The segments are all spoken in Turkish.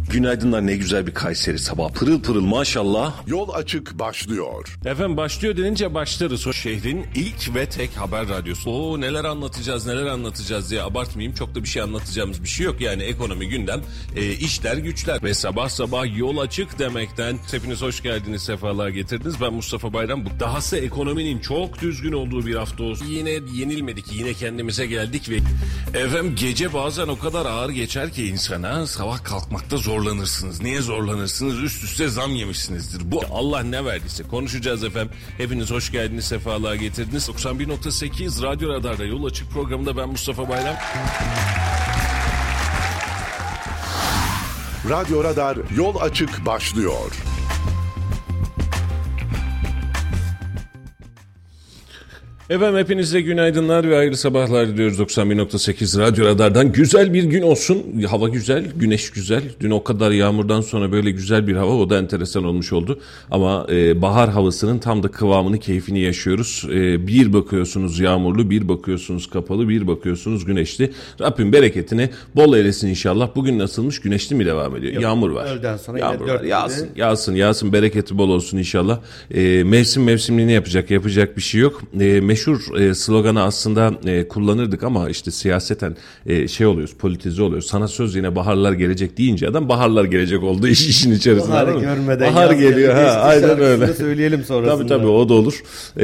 Günaydınlar, ne güzel bir Kayseri sabah. Pırıl pırıl maşallah. Yol Açık başlıyor. Efendim başlıyor denince başlarız. O şehrin ilk ve tek haber radyosu. Oo, neler anlatacağız diye abartmayayım. Çok da bir şey anlatacağımız bir şey yok. Yani ekonomi, gündem, işler, güçler. Ve sabah sabah Yol Açık demekten hepiniz hoş geldiniz, sefalar getirdiniz. Ben Mustafa Bayram. Bu dahası ekonominin çok düzgün olduğu bir hafta olsun. Yine yenilmedik, yine kendimize geldik ve efendim gece bazen o kadar ağır geçer ki insana, sabah kalkmakta zorlanırsınız. Niye zorlanırsınız? Üst üste zam yemişsinizdir. Bu Allah ne verdiyse konuşacağız efendim. Hepiniz hoş geldiniz, sefalar getirdiniz. 91.8 Radyo Radar'da Yol Açık programında ben Mustafa Bayram. Radyo Radar Yol Açık başlıyor. Efendim hepinize günaydınlar ve hayırlı sabahlar diliyoruz 91.8 Radyo Radar'dan. Güzel bir gün olsun. Hava güzel, güneş güzel. Dün o kadar yağmurdan sonra böyle güzel bir hava, o da enteresan olmuş oldu. Ama bahar havasının tam da kıvamını, keyfini yaşıyoruz. Bir bakıyorsunuz yağmurlu, bir bakıyorsunuz kapalı, bir bakıyorsunuz güneşli. Rabbim bereketini bol eylesin inşallah. Bugün nasılmış? Güneşli mi devam ediyor? Yok, yağmur var. Öğleden sonra yağmur var. Yağsın. Bereketi bol olsun inşallah. Mevsimliğini yapacak bir şey yok. Meşhur sloganı aslında kullanırdık ama işte siyaseten oluyoruz, politize oluyoruz. Sana söz yine baharlar gelecek deyince adam baharlar gelecek olduğu işin içerisinde. Baharı görmeden bahar geliyor. Aynen öyle. Söyleyelim sonrasında. Tabii o da olur.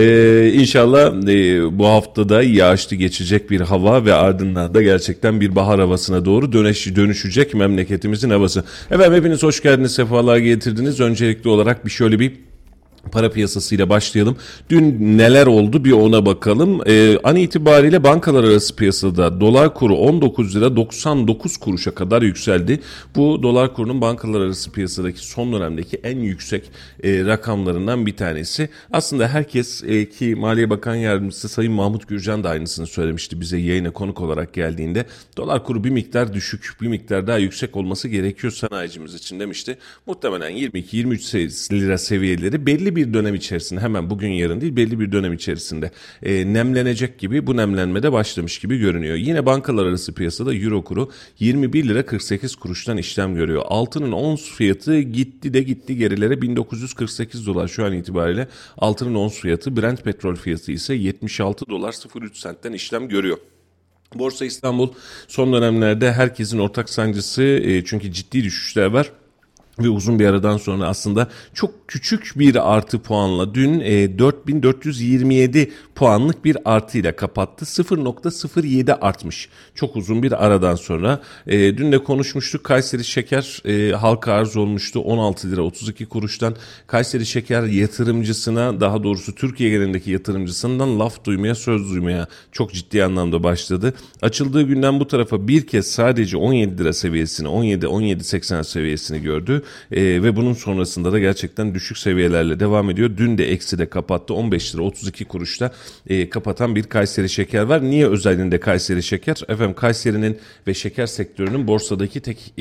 İnşallah bu haftada yağışlı geçecek bir hava ve ardından da gerçekten bir bahar havasına doğru dönüşecek memleketimizin havası. Efendim hepiniz hoş geldiniz, sefalar getirdiniz. Öncelikli olarak şöyle bir para piyasasıyla başlayalım. Dün neler oldu bir ona bakalım. An itibariyle bankalar arası piyasada dolar kuru 19 lira 99 kuruşa kadar yükseldi. Bu dolar kurunun bankalar arası piyasadaki son dönemdeki en yüksek rakamlarından bir tanesi. Aslında herkes ki Maliye Bakan Yardımcısı Sayın Mahmut Gürcan da aynısını söylemişti bize yayına konuk olarak geldiğinde. Dolar kuru bir miktar düşük, bir miktar daha yüksek olması gerekiyor sanayicimiz için demişti. Muhtemelen 22-23 lira seviyeleri belli bir dönem içerisinde, hemen bugün yarın değil, belli bir dönem içerisinde nemlenecek gibi, bu nemlenmede başlamış gibi görünüyor. Yine bankalar arası piyasada euro kuru 21 lira 48 kuruştan işlem görüyor. Altının ons fiyatı gitti gerilere 1948 dolar şu an itibariyle altının ons fiyatı. Brent petrol fiyatı ise 76 dolar 03 sentten işlem görüyor. Borsa İstanbul son dönemlerde herkesin ortak sancısı, çünkü ciddi düşüşler var. Ve uzun bir aradan sonra aslında çok küçük bir artı puanla dün 4427 puanlık bir artıyla kapattı. 0.07 artmış. Çok uzun bir aradan sonra. Dün de konuşmuştuk. Kayseri Şeker halka arz olmuştu 16 lira 32 kuruştan. Kayseri Şeker yatırımcısına, daha doğrusu Türkiye genelindeki yatırımcısından laf duymaya, söz duymaya çok ciddi anlamda başladı. Açıldığı günden bu tarafa bir kez sadece 17 lira seviyesini, 17.80 seviyesini gördü. Ve bunun sonrasında da gerçekten düşük seviyelerle devam ediyor. Dün de ekside kapattı. 15 lira 32 kuruşta kapatan bir Kayseri Şeker var. Niye özelliğinde Kayseri Şeker? Efendim Kayseri'nin ve şeker sektörünün borsadaki tek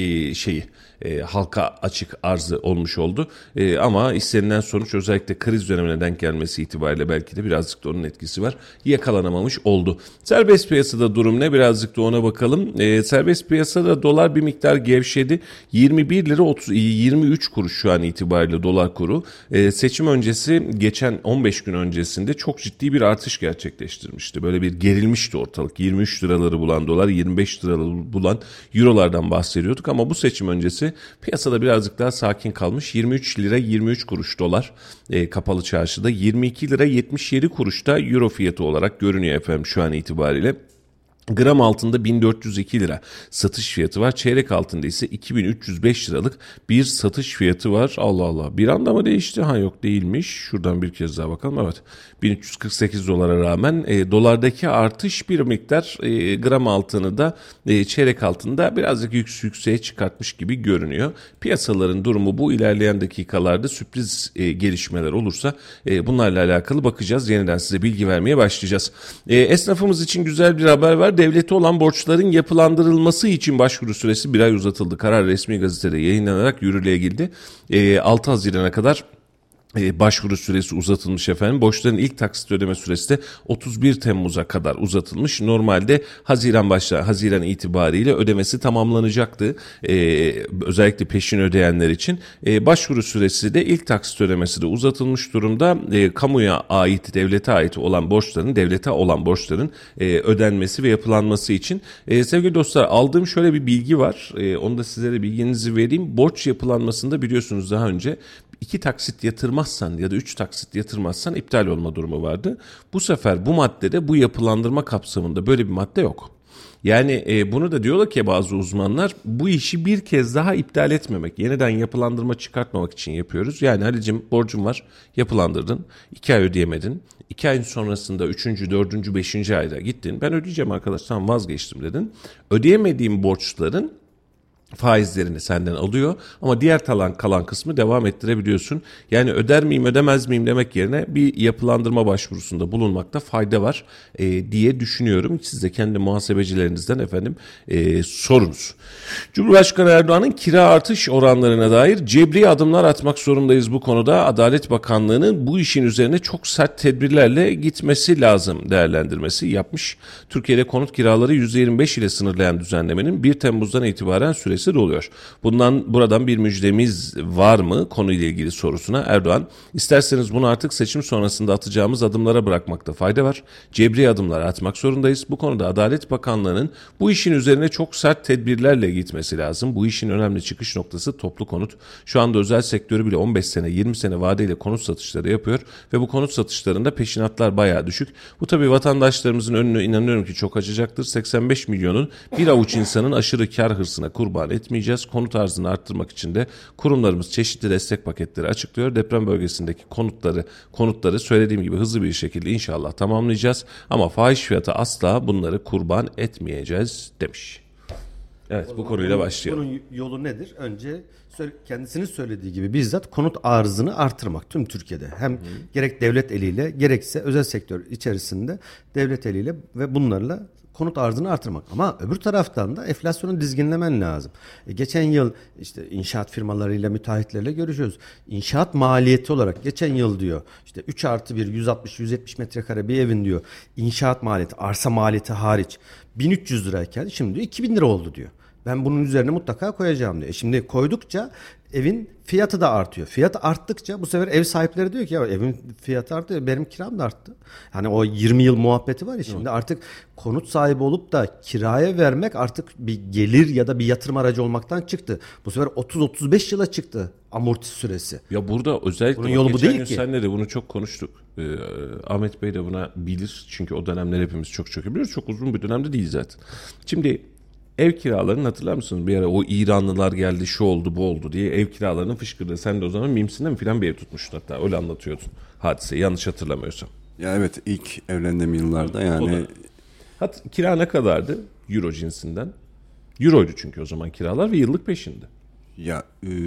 halka açık arzı olmuş oldu. Ama istenilen sonuç, özellikle kriz dönemine denk gelmesi itibariyle belki de birazcık da onun etkisi var. Yakalanamamış oldu. Serbest piyasada durum ne? Birazcık da ona bakalım. Serbest piyasada dolar bir miktar gevşedi. 21 lira 23 kuruş şu an itibariyle dolar kuru. Seçim öncesi, geçen 15 gün öncesinde çok ciddi bir artış gerçekleştirmişti. Böyle bir gerilmişti ortalık. 23 liraları bulan dolar, 25 liraları bulan eurolardan bahsediyorduk ama bu seçim öncesi piyasada birazcık daha sakin kalmış. 23 lira 23 kuruş dolar kapalı çarşıda, 22 lira 77 kuruşta euro fiyatı olarak görünüyor efendim şu an itibariyle. Gram altında 1402 lira satış fiyatı var. Çeyrek altında ise 2305 liralık bir satış fiyatı var. Allah Allah. Bir anda mı değişti? Yok değilmiş. Şuradan bir kez daha bakalım. Evet. 1348 dolara rağmen dolardaki artış bir miktar gram altını da çeyrek altında birazcık yükseğe çıkartmış gibi görünüyor. Piyasaların durumu bu. İlerleyen dakikalarda sürpriz gelişmeler olursa bunlarla alakalı bakacağız. Yeniden size bilgi vermeye başlayacağız. Esnafımız için güzel bir haber var. Devlete olan borçların yapılandırılması için başvuru süresi bir ay uzatıldı. Karar resmi gazetede yayınlanarak yürürlüğe girdi. 6 Haziran'a kadar Başvuru süresi uzatılmış efendim. Borçların ilk taksit ödeme süresi de 31 Temmuz'a kadar uzatılmış. Normalde Haziran itibariyle ödemesi tamamlanacaktı. Özellikle peşin ödeyenler için. Başvuru süresi de ilk taksit ödemesi de uzatılmış durumda. Kamuya ait, devlete ait olan borçların ödenmesi ve yapılanması için. Sevgili dostlar, aldığım şöyle bir bilgi var. Onu da size de bilginizi vereyim. Borç yapılanmasında biliyorsunuz daha önce 2 taksit yatırmazsan ya da 3 taksit yatırmazsan iptal olma durumu vardı. Bu sefer bu maddede, bu yapılandırma kapsamında böyle bir madde yok. Yani bunu da diyorlar ki bazı uzmanlar, bu işi bir kez daha iptal etmemek, yeniden yapılandırma çıkartmamak için yapıyoruz. Yani Halicim, borcum var, yapılandırdın, 2 ay ödeyemedin. 2 ayın sonrasında 3. 4. 5. ayda gittin. Ben ödeyeceğim arkadaş, tamam vazgeçtim dedin. Ödeyemediğin borçların faizlerini senden alıyor ama diğer kalan kısmı devam ettirebiliyorsun. Yani öder miyim ödemez miyim demek yerine bir yapılandırma başvurusunda bulunmakta fayda var diye düşünüyorum. Siz de kendi muhasebecilerinizden efendim sorunuz. Cumhurbaşkanı Erdoğan'ın kira artış oranlarına dair cebri adımlar atmak zorundayız bu konuda. Adalet Bakanlığı'nın bu işin üzerine çok sert tedbirlerle gitmesi lazım değerlendirmesi yapmış. Türkiye'de konut kiraları %25 ile sınırlayan düzenlemenin 1 Temmuz'dan itibaren süresi doluyor. Buradan bir müjdemiz var mı konuyla ilgili sorusuna Erdoğan, isterseniz bunu artık seçim sonrasında atacağımız adımlara bırakmakta fayda var. Cebri adımlar atmak zorundayız. Bu konuda Adalet Bakanlığı'nın bu işin üzerine çok sert tedbirlerle gitmesi lazım. Bu işin önemli çıkış noktası toplu konut. Şu anda özel sektörü bile 15 sene 20 sene vadeyle konut satışları yapıyor ve bu konut satışlarında peşinatlar bayağı düşük. Bu tabii vatandaşlarımızın önünü inanıyorum ki çok açacaktır. 85 milyonun bir avuç insanın aşırı kar hırsına kurban etmeyeceğiz. Konut arzını arttırmak için de kurumlarımız çeşitli destek paketleri açıklıyor. Deprem bölgesindeki konutları söylediğim gibi hızlı bir şekilde inşallah tamamlayacağız. Ama fahiş fiyata asla bunları kurban etmeyeceğiz demiş. Evet, bu konuyla başlayalım. Bunun yolu nedir? Önce kendisinin söylediği gibi bizzat konut arzını artırmak tüm Türkiye'de. Hem gerek devlet eliyle gerekse özel sektör içerisinde devlet eliyle ve bunlarla konut arzını artırmak. Ama öbür taraftan da enflasyonu dizginlemen lazım. Geçen yıl işte inşaat firmalarıyla, müteahhitlerle görüşüyoruz. İnşaat maliyeti olarak geçen yıl diyor işte 3+1 160-170 metrekare bir evin diyor inşaat maliyeti, arsa maliyeti hariç 1300 lirayken şimdi diyor 2000 lira oldu diyor. Ben bunun üzerine mutlaka koyacağım diyor. Şimdi koydukça evin fiyatı da artıyor. Fiyat arttıkça bu sefer ev sahipleri diyor ki ya evin fiyatı arttı, benim kiram da arttı. Hani o 20 yıl muhabbeti var ya şimdi artık konut sahibi olup da kiraya vermek artık bir gelir ya da bir yatırım aracı olmaktan çıktı. Bu sefer 30-35 yıla çıktı amorti süresi. Ya burada özellikle bunun yolu bu değil ki. Senle de bunu çok konuştuk. Ahmet Bey de buna bilir. Çünkü o dönemler hepimiz çok biliyoruz. Çok uzun bir dönemde değil zaten. Şimdi ev kiralarının hatırlar mısınız? Bir ara o İranlılar geldi, şu oldu, bu oldu diye ev kiralarının fışkırdı. Sen de o zaman Mimsin'de mi filan bir ev tutmuştun hatta. Öyle anlatıyordun hadiseyi, yanlış hatırlamıyorsam. Ya evet, ilk evlendiğim yıllarda yani. Kira ne kadardı? Euro cinsinden. Euroydu çünkü o zaman kiralar ve yıllık peşindi. Ya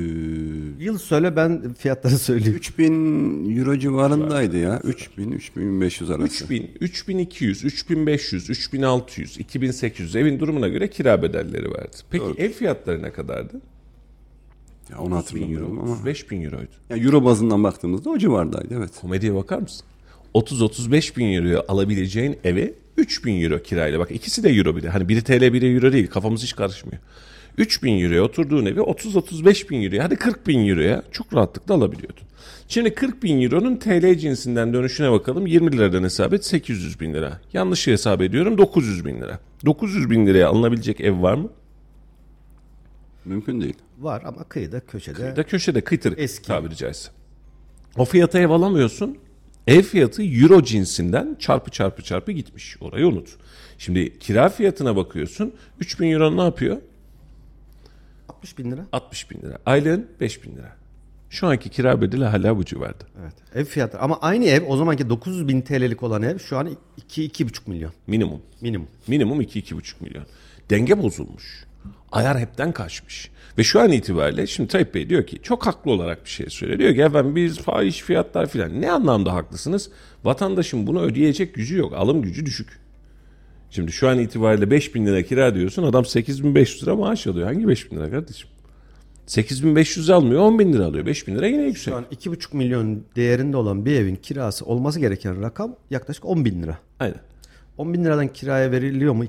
yıl söyle, ben fiyatları söyleyeyim. 3000 euro civarındaydı ya. 3000-3500 arası. 3200, 3500, 3600, 2800 evin durumuna göre kira bedelleri vardı. Peki doğru. Ev fiyatları ne kadardı? Ya onu hatırlamıyorum ama. 35.000 euroydu. Ya euro bazından baktığımızda o civardaydı, evet. Komediye bakar mısın? 30-35 bin euroya alabileceğin eve 3.000 euro kirayla. Bak ikisi de euro bile. Hani biri TL biri euro değil. Kafamız hiç karışmıyor. 3.000 euroya oturduğun evi 30-35 bin euroya, hadi 40 bin euroya çok rahatlıkla alabiliyordun. Şimdi 40 bin euronun TL cinsinden dönüşüne bakalım. 20 liradan hesap et, 800 bin lira. Yanlış hesap ediyorum, 900 bin lira. 900 bin liraya alınabilecek ev var mı? Mümkün değil. Var ama kıyıda kıytırık eski tabiri caizse. O fiyata ev alamıyorsun. Ev fiyatı euro cinsinden çarpı gitmiş. Orayı unut. Şimdi kira fiyatına bakıyorsun. 3.000 euro ne yapıyor? 60 bin lira. 60 bin lira. Aylığın 5 bin lira. Şu anki kira bedeli hala bu civarda. Evet. Ev fiyatı ama aynı ev o zamanki 900 bin TL'lik olan ev şu an 2-2,5 milyon. Minimum. Minimum 2-2,5 milyon. Denge bozulmuş. Ayar hepten kaçmış. Ve şu an itibariyle şimdi Tayyip Bey diyor ki, çok haklı olarak bir şey söylüyor. Diyor ki efendim biz fahiş fiyatlar filan. Ne anlamda haklısınız? Vatandaşın bunu ödeyecek gücü yok. Alım gücü düşük. Şimdi şu an itibariyle 5 bin lira kira diyorsun. Adam 8.500 lira maaş alıyor. Hangi 5 bin lira kardeşim? 8.500 almıyor, 10.000 lira alıyor. 5.000 lira yine yüksek. Şu an 2,5 milyon değerinde olan bir evin kirası olması gereken rakam yaklaşık 10 bin lira. Aynen. 10 bin liradan kiraya veriliyor mu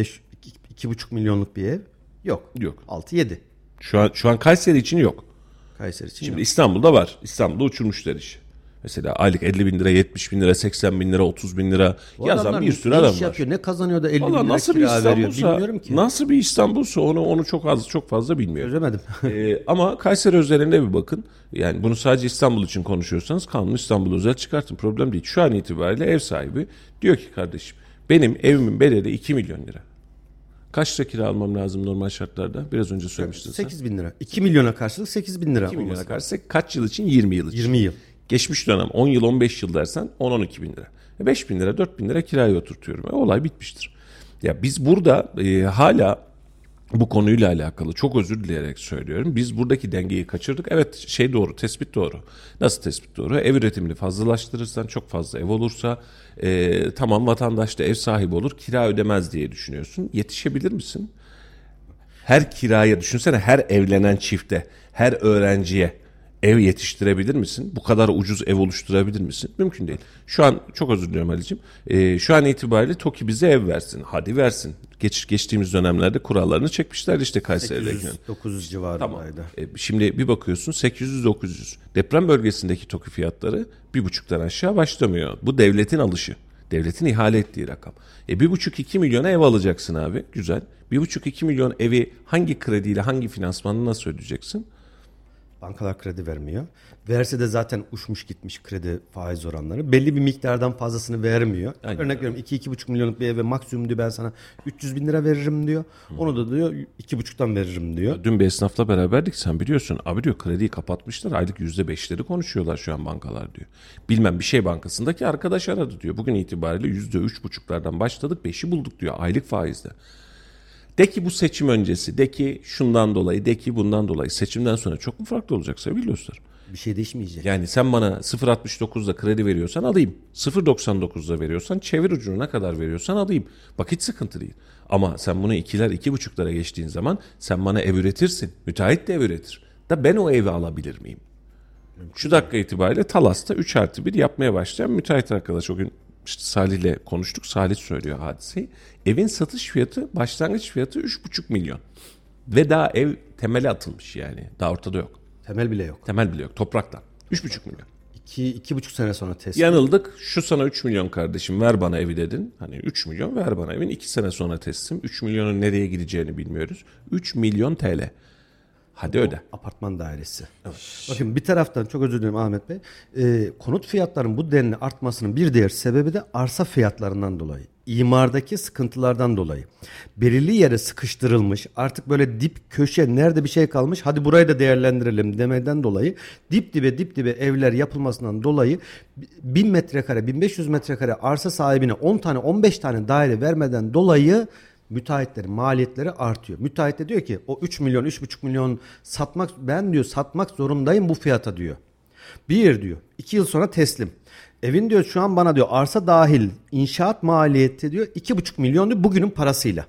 2,5 milyonluk bir ev? Yok. Yok. 6-7. Şu an Kayseri için yok. Kayseri için Şimdi yok. İstanbul'da var. İstanbul'da uçurmuşlar işi. Mesela aylık 50 bin lira, 70 bin lira, 80 bin lira, 30 bin lira Bu yazan adamlar bir sürü ne adam iş var. yapıyor? Ne kazanıyor da 50 Valla bin lira nasıl bir kira veriyor İstanbul'sa, bilmiyorum ki. nasıl bir İstanbul'sa onu çok fazla bilmiyorum. Çözemedim. Ama Kayseri özelinde bir bakın. Yani bunu sadece İstanbul için konuşuyorsanız kanunu İstanbul özel çıkartın. Problem değil. Şu an itibariyle ev sahibi diyor ki kardeşim benim evimin bedeli 2 milyon lira. Kaç lira kira almam lazım normal şartlarda? Biraz önce söylemiştin sen. 8 bin lira. 2 milyona karşılık 8 bin lira 2 milyona olması. karşı kaç yıl için? 20 yıl için. 20 yıl. Geçmiş dönem 10 yıl 15 yıl dersen 10-12 bin lira. 5 bin lira 4 bin lira kiraya oturtuyorum. Olay bitmiştir. Ya biz burada hala bu konuyla alakalı çok özür dileyerek söylüyorum. Biz buradaki dengeyi kaçırdık. Evet doğru, tespit doğru. Nasıl tespit doğru? Ev üretimini fazlalaştırırsan, çok fazla ev olursa tamam vatandaş da ev sahibi olur, kira ödemez diye düşünüyorsun. Yetişebilir misin? Her kiraya düşünsene, her evlenen çifte, her öğrenciye ev yetiştirebilir misin? Bu kadar ucuz ev oluşturabilir misin? Mümkün değil. Şu an çok özür diliyorum Ali'cim. Şu an itibariyle TOKİ bize ev versin. Hadi versin. Geçtiğimiz dönemlerde kurallarını çekmişlerdi işte Kayseri'deki. 800-900 civarındaydı. Tamam. Şimdi bir bakıyorsun 800-900. Deprem bölgesindeki TOKİ fiyatları 1,5'tan aşağı başlamıyor. Bu devletin alışı. Devletin ihale ettiği rakam. 1,5-2 milyona ev alacaksın abi. Güzel. 1,5-2 milyon evi hangi krediyle, hangi finansmanla nasıl ödeyeceksin? Bankalar kredi vermiyor. Verse de zaten uçmuş gitmiş kredi faiz oranları. Belli bir miktardan fazlasını vermiyor. Aynen. Örnek veriyorum 2-2,5 milyonluk bir eve maksimum diyor ben sana 300 bin lira veririm diyor. Onu da diyor 2,5'tan veririm diyor. Dün bir esnafla beraberdik, sen biliyorsun. Abi diyor krediyi kapatmışlar, aylık %5'leri konuşuyorlar şu an bankalar diyor. Bilmem bir şey bankasındaki arkadaş aradı diyor. Bugün itibariyle %3,5'lardan başladık, 5'i bulduk diyor aylık faizde. De ki bu seçim öncesi, de ki şundan dolayı, de ki bundan dolayı. Seçimden sonra çok mu farklı olacak sevgili dostlar? Bir şey değişmeyecek. Yani sen bana 0,69'da kredi veriyorsan alayım. 0,99'da veriyorsan çevir ucunu, ne kadar veriyorsan alayım. Bak hiç sıkıntı değil. Ama sen bunu 2'ler 2,5'lara geçtiğin zaman sen bana ev üretirsin. Müteahhit de ev üretir. Da ben o evi alabilir miyim? Şu dakika itibariyle Talas'ta 3+1 yapmaya başlayan müteahhit arkadaş, o gün işte Salih'le konuştuk. Salih söylüyor hadiseyi. Evin satış fiyatı, başlangıç fiyatı 3,5 milyon. Ve daha ev temeli atılmış yani. Daha ortada yok. Temel bile yok. Temel bile yok. Topraktan. 3,5 milyon. 2,5 sene sonra teslim. Yanıldık. Şu sana 3 milyon kardeşim, ver bana evi dedin. Hani 3 milyon ver bana evin. 2 sene sonra teslim. 3 milyonun nereye gideceğini bilmiyoruz. 3 milyon TL. Hadi öde. Apartman dairesi. Evet. Bakın bir taraftan çok özür dilerim Ahmet Bey. Konut fiyatlarının bu denli artmasının bir diğer sebebi de arsa fiyatlarından dolayı. İmardaki sıkıntılardan dolayı. Belirli yere sıkıştırılmış, artık böyle dip köşe nerede bir şey kalmış, hadi burayı da değerlendirelim demeden dolayı dip dibe evler yapılmasından dolayı 1000 metrekare 1500 metrekare arsa sahibine 10 tane 15 tane daire vermeden dolayı müteahhitlerin maliyetleri artıyor. Müteahhit de diyor ki o 3 milyon 3,5 milyon satmak zorundayım bu fiyata diyor. Bir diyor 2 yıl sonra teslim. Evin diyor şu an bana diyor arsa dahil inşaat maliyeti diyor 2,5 milyon diyor bugünün parasıyla.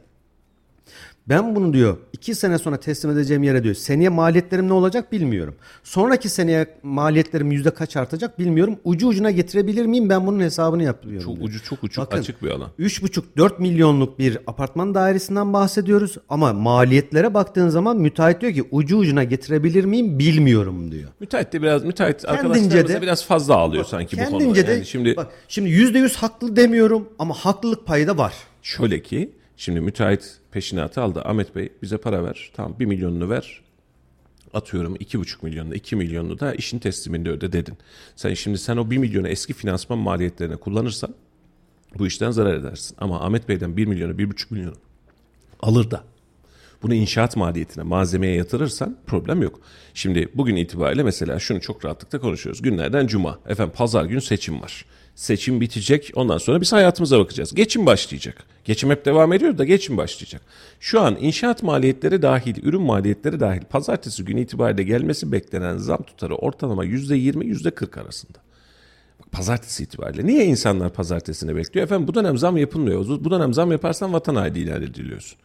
Ben bunu diyor 2 sene sonra teslim edeceğim yere diyor seneye maliyetlerim ne olacak bilmiyorum. Sonraki seneye maliyetlerim yüzde kaç artacak bilmiyorum. Ucu ucuna getirebilir miyim, ben bunun hesabını yapıyorum. Çok diyor. ucu çok uçuk, Bakın, açık bir alan. 3,5-4 milyonluk bir apartman dairesinden bahsediyoruz ama maliyetlere baktığın zaman müteahhit diyor ki ucu ucuna getirebilir miyim bilmiyorum diyor. Müteahhit arkadaşlarımız biraz fazla ağlıyor sanki bu konuda. Kendince de Yani şimdi %100 haklı demiyorum ama haklılık payı da var. şöyle ki şimdi müteahhit peşinatı aldı. Ahmet Bey bize para ver. Tamam 1 milyonunu ver. Atıyorum 2,5 milyonunu, 2 milyonunu da işin tesliminde öde dedin. Sen o 1 milyonu eski finansman maliyetlerine kullanırsan bu işten zarar edersin. Ama Ahmet Bey'den 1 milyonu, 1,5 milyonu alır da bunu inşaat maliyetine, malzemeye yatırırsan problem yok. Şimdi bugün itibariyle mesela şunu çok rahatlıkla konuşuyoruz. Günlerden cuma. Efendim pazar gün seçim var. Seçim bitecek. Ondan sonra biz hayatımıza bakacağız. Geçim başlayacak. Geçim hep devam ediyor da geçim başlayacak. Şu an inşaat maliyetleri dahil, ürün maliyetleri dahil pazartesi günü itibariyle gelmesi beklenen zam tutarı ortalama %20, %40 arasında. Pazartesi itibariyle. Niye insanlar pazartesini bekliyor? Efendim bu dönem zam yapılmıyor. Bu dönem zam yaparsan vatan haini ilan ediliyorsun.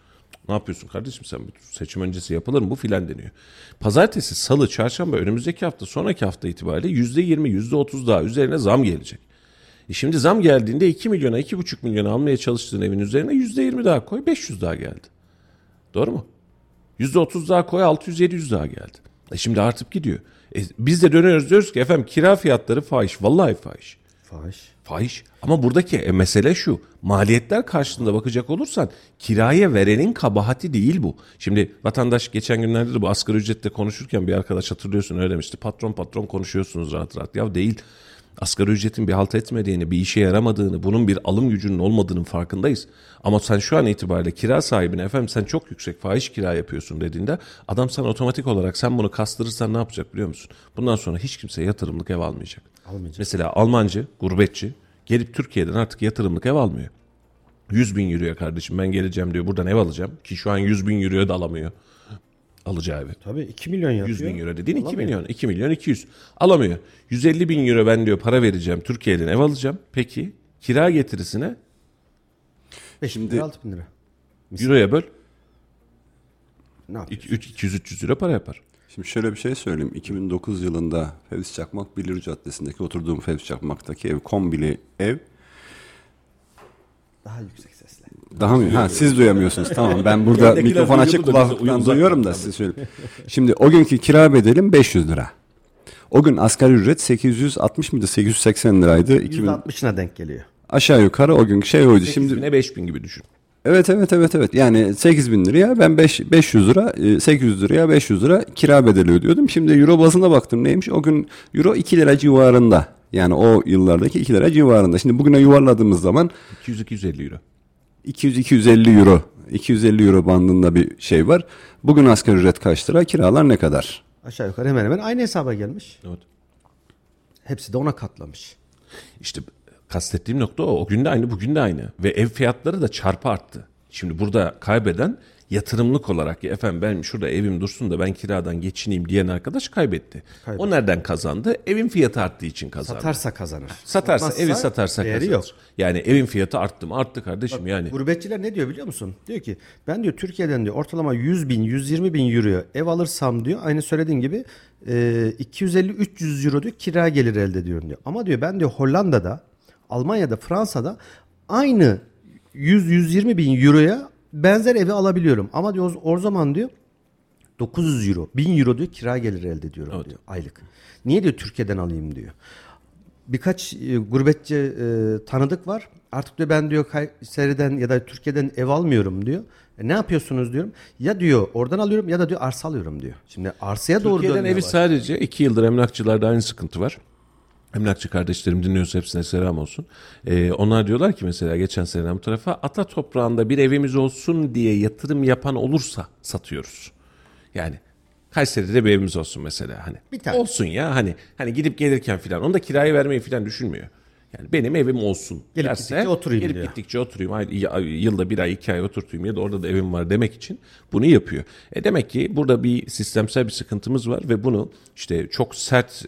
Ne yapıyorsun kardeşim sen? Seçim öncesi yapılır mı bu filan deniyor. Pazartesi, salı, çarşamba önümüzdeki hafta, sonraki hafta itibariyle %20, %30 daha üzerine zam gelecek. Şimdi zam geldiğinde 2 milyona, 2,5 milyona almaya çalıştığın evin üzerine %20 daha koy, 500 daha geldi. Doğru mu? %30 daha koy, 600-700 daha geldi. Şimdi artıp gidiyor. Biz de dönüyoruz diyoruz ki efendim kira fiyatları fahiş. Vallahi fahiş. Fahiş. Ama buradaki mesele şu. Maliyetler karşılığında bakacak olursan kiraya verenin kabahati değil bu. Şimdi vatandaş geçen günlerde de bu asgari ücretle konuşurken bir arkadaş hatırlıyorsun öyle demişti. Patron konuşuyorsunuz rahat rahat. Ya değil. Asgari ücretin bir halt etmediğini, bir işe yaramadığını, bunun bir alım gücünün olmadığının farkındayız. Ama sen şu an itibariyle kira sahibine efendim sen çok yüksek fahiş kira yapıyorsun dediğinde adam sana otomatik olarak sen bunu kastırırsan ne yapacak biliyor musun? Bundan sonra hiç kimse yatırımlık ev almayacak. Mesela Almancı, gurbetçi gelip Türkiye'den artık yatırımlık ev almıyor. 100 bin euroya kardeşim ben geleceğim diyor buradan ev alacağım ki şu an 100 bin euroya da alamıyor. Alacağı evi. Tabii 2 milyon yapıyor. 100 bin euro dediğin 2 milyon. 2 milyon 200. Alamıyor. 150 bin euro ben diyor para vereceğim. Türkiye'den ev alacağım. Peki kira getirisine 5 bin lira 6 bin lira. euroya böl. Ne yapıyor? 200-300 euro para yapar. Şimdi şöyle bir şey söyleyeyim. 2009 yılında Fevzi Çakmak Bilir Caddesi'ndeki oturduğum Fevzi Çakmak'taki ev, kombili ev. Daha yüksek sesle. Daha mı? Ha, siz duyamıyorsunuz. Tamam. Ben burada mikrofon açık kulaklıktan duyuyorum da siz söyleyeyim. Şimdi o günkü kira bedelim 500 lira. O gün asgari ücret 860 mıydı? 880 liraydı. %60'ına denk geliyor. Aşağı yukarı o günkü şey oydu. 8.000'e 5.000 gibi düşün. Evet. Yani 8.000 liraya ben 500 lira, 800 liraya 500 lira kira bedeli ödüyordum. Şimdi euro bazına baktım neymiş? O gün euro 2 lira civarında. Yani o yıllardaki 2 lira civarında. Şimdi bugüne yuvarladığımız zaman 200-250 euro. 200-250 euro. 250 euro bandında bir şey var. Bugün asgari ücret kaç lira? Kiralar ne kadar? Aşağı yukarı hemen hemen aynı hesaba gelmiş. Evet. Hepsi de ona katlamış. İşte kastettiğim nokta o. O gün de aynı, bugün de aynı. Ve ev fiyatları da çarpı arttı. Şimdi burada kaybeden yatırımlık olarak ya efendim ben şurada evim dursun da ben kiradan geçineyim diyen arkadaş kaybetti. O nereden kazandı? Evin fiyatı arttığı için kazandı. Satarsa kazanır. Satarsa, evi satarsa değeri kazanır. yok. Yani evin fiyatı arttı mı? Arttı kardeşim yani. Gurbetçiler ne diyor biliyor musun? Diyor ki ben diyor Türkiye'den diyor ortalama 100 bin 120 bin euroya ev alırsam diyor aynı söylediğin gibi 250-300 euro diyor kira gelir elde ediyorum diyor. Ama diyor ben diyor Hollanda'da, Almanya'da, Fransa'da aynı 100-120 bin euroya benzer evi alabiliyorum. Ama diyor o zaman diyor 900 euro, 1000 euro diyor kira geliri elde ediyorum diyor aylık. Niye diyor Türkiye'den alayım diyor. Birkaç gurbetçi tanıdık var. Artık diyor ben diyor Kayseri'den ya da Türkiye'den ev almıyorum diyor. Ne yapıyorsunuz diyorum. Ya diyor oradan alıyorum ya da diyor arsa alıyorum diyor. Şimdi arsaya doğru Türkiye'den dönmeye evi sadece 2 yıldır emlakçılarda aynı sıkıntı var. Emlakçı kardeşlerim dinliyorsa hepsine selam olsun. Onlar diyorlar ki mesela geçen sene bu tarafa ata toprağında bir evimiz olsun diye yatırım yapan olursa satıyoruz. Yani Kayseri'de bir evimiz olsun mesela hani. Bir tane. Olsun ya hani gidip gelirken filan onu da kiraya vermeyi filan düşünmüyor. Yani benim evim olsun Gelip derse, gittikçe oturayım gelip diyor. gittikçe oturayım. Yılda 1 ay 2 ay oturtayım ya da orada da evim var demek için bunu yapıyor. Demek ki burada bir sistemsel bir sıkıntımız var ve bunu işte çok sert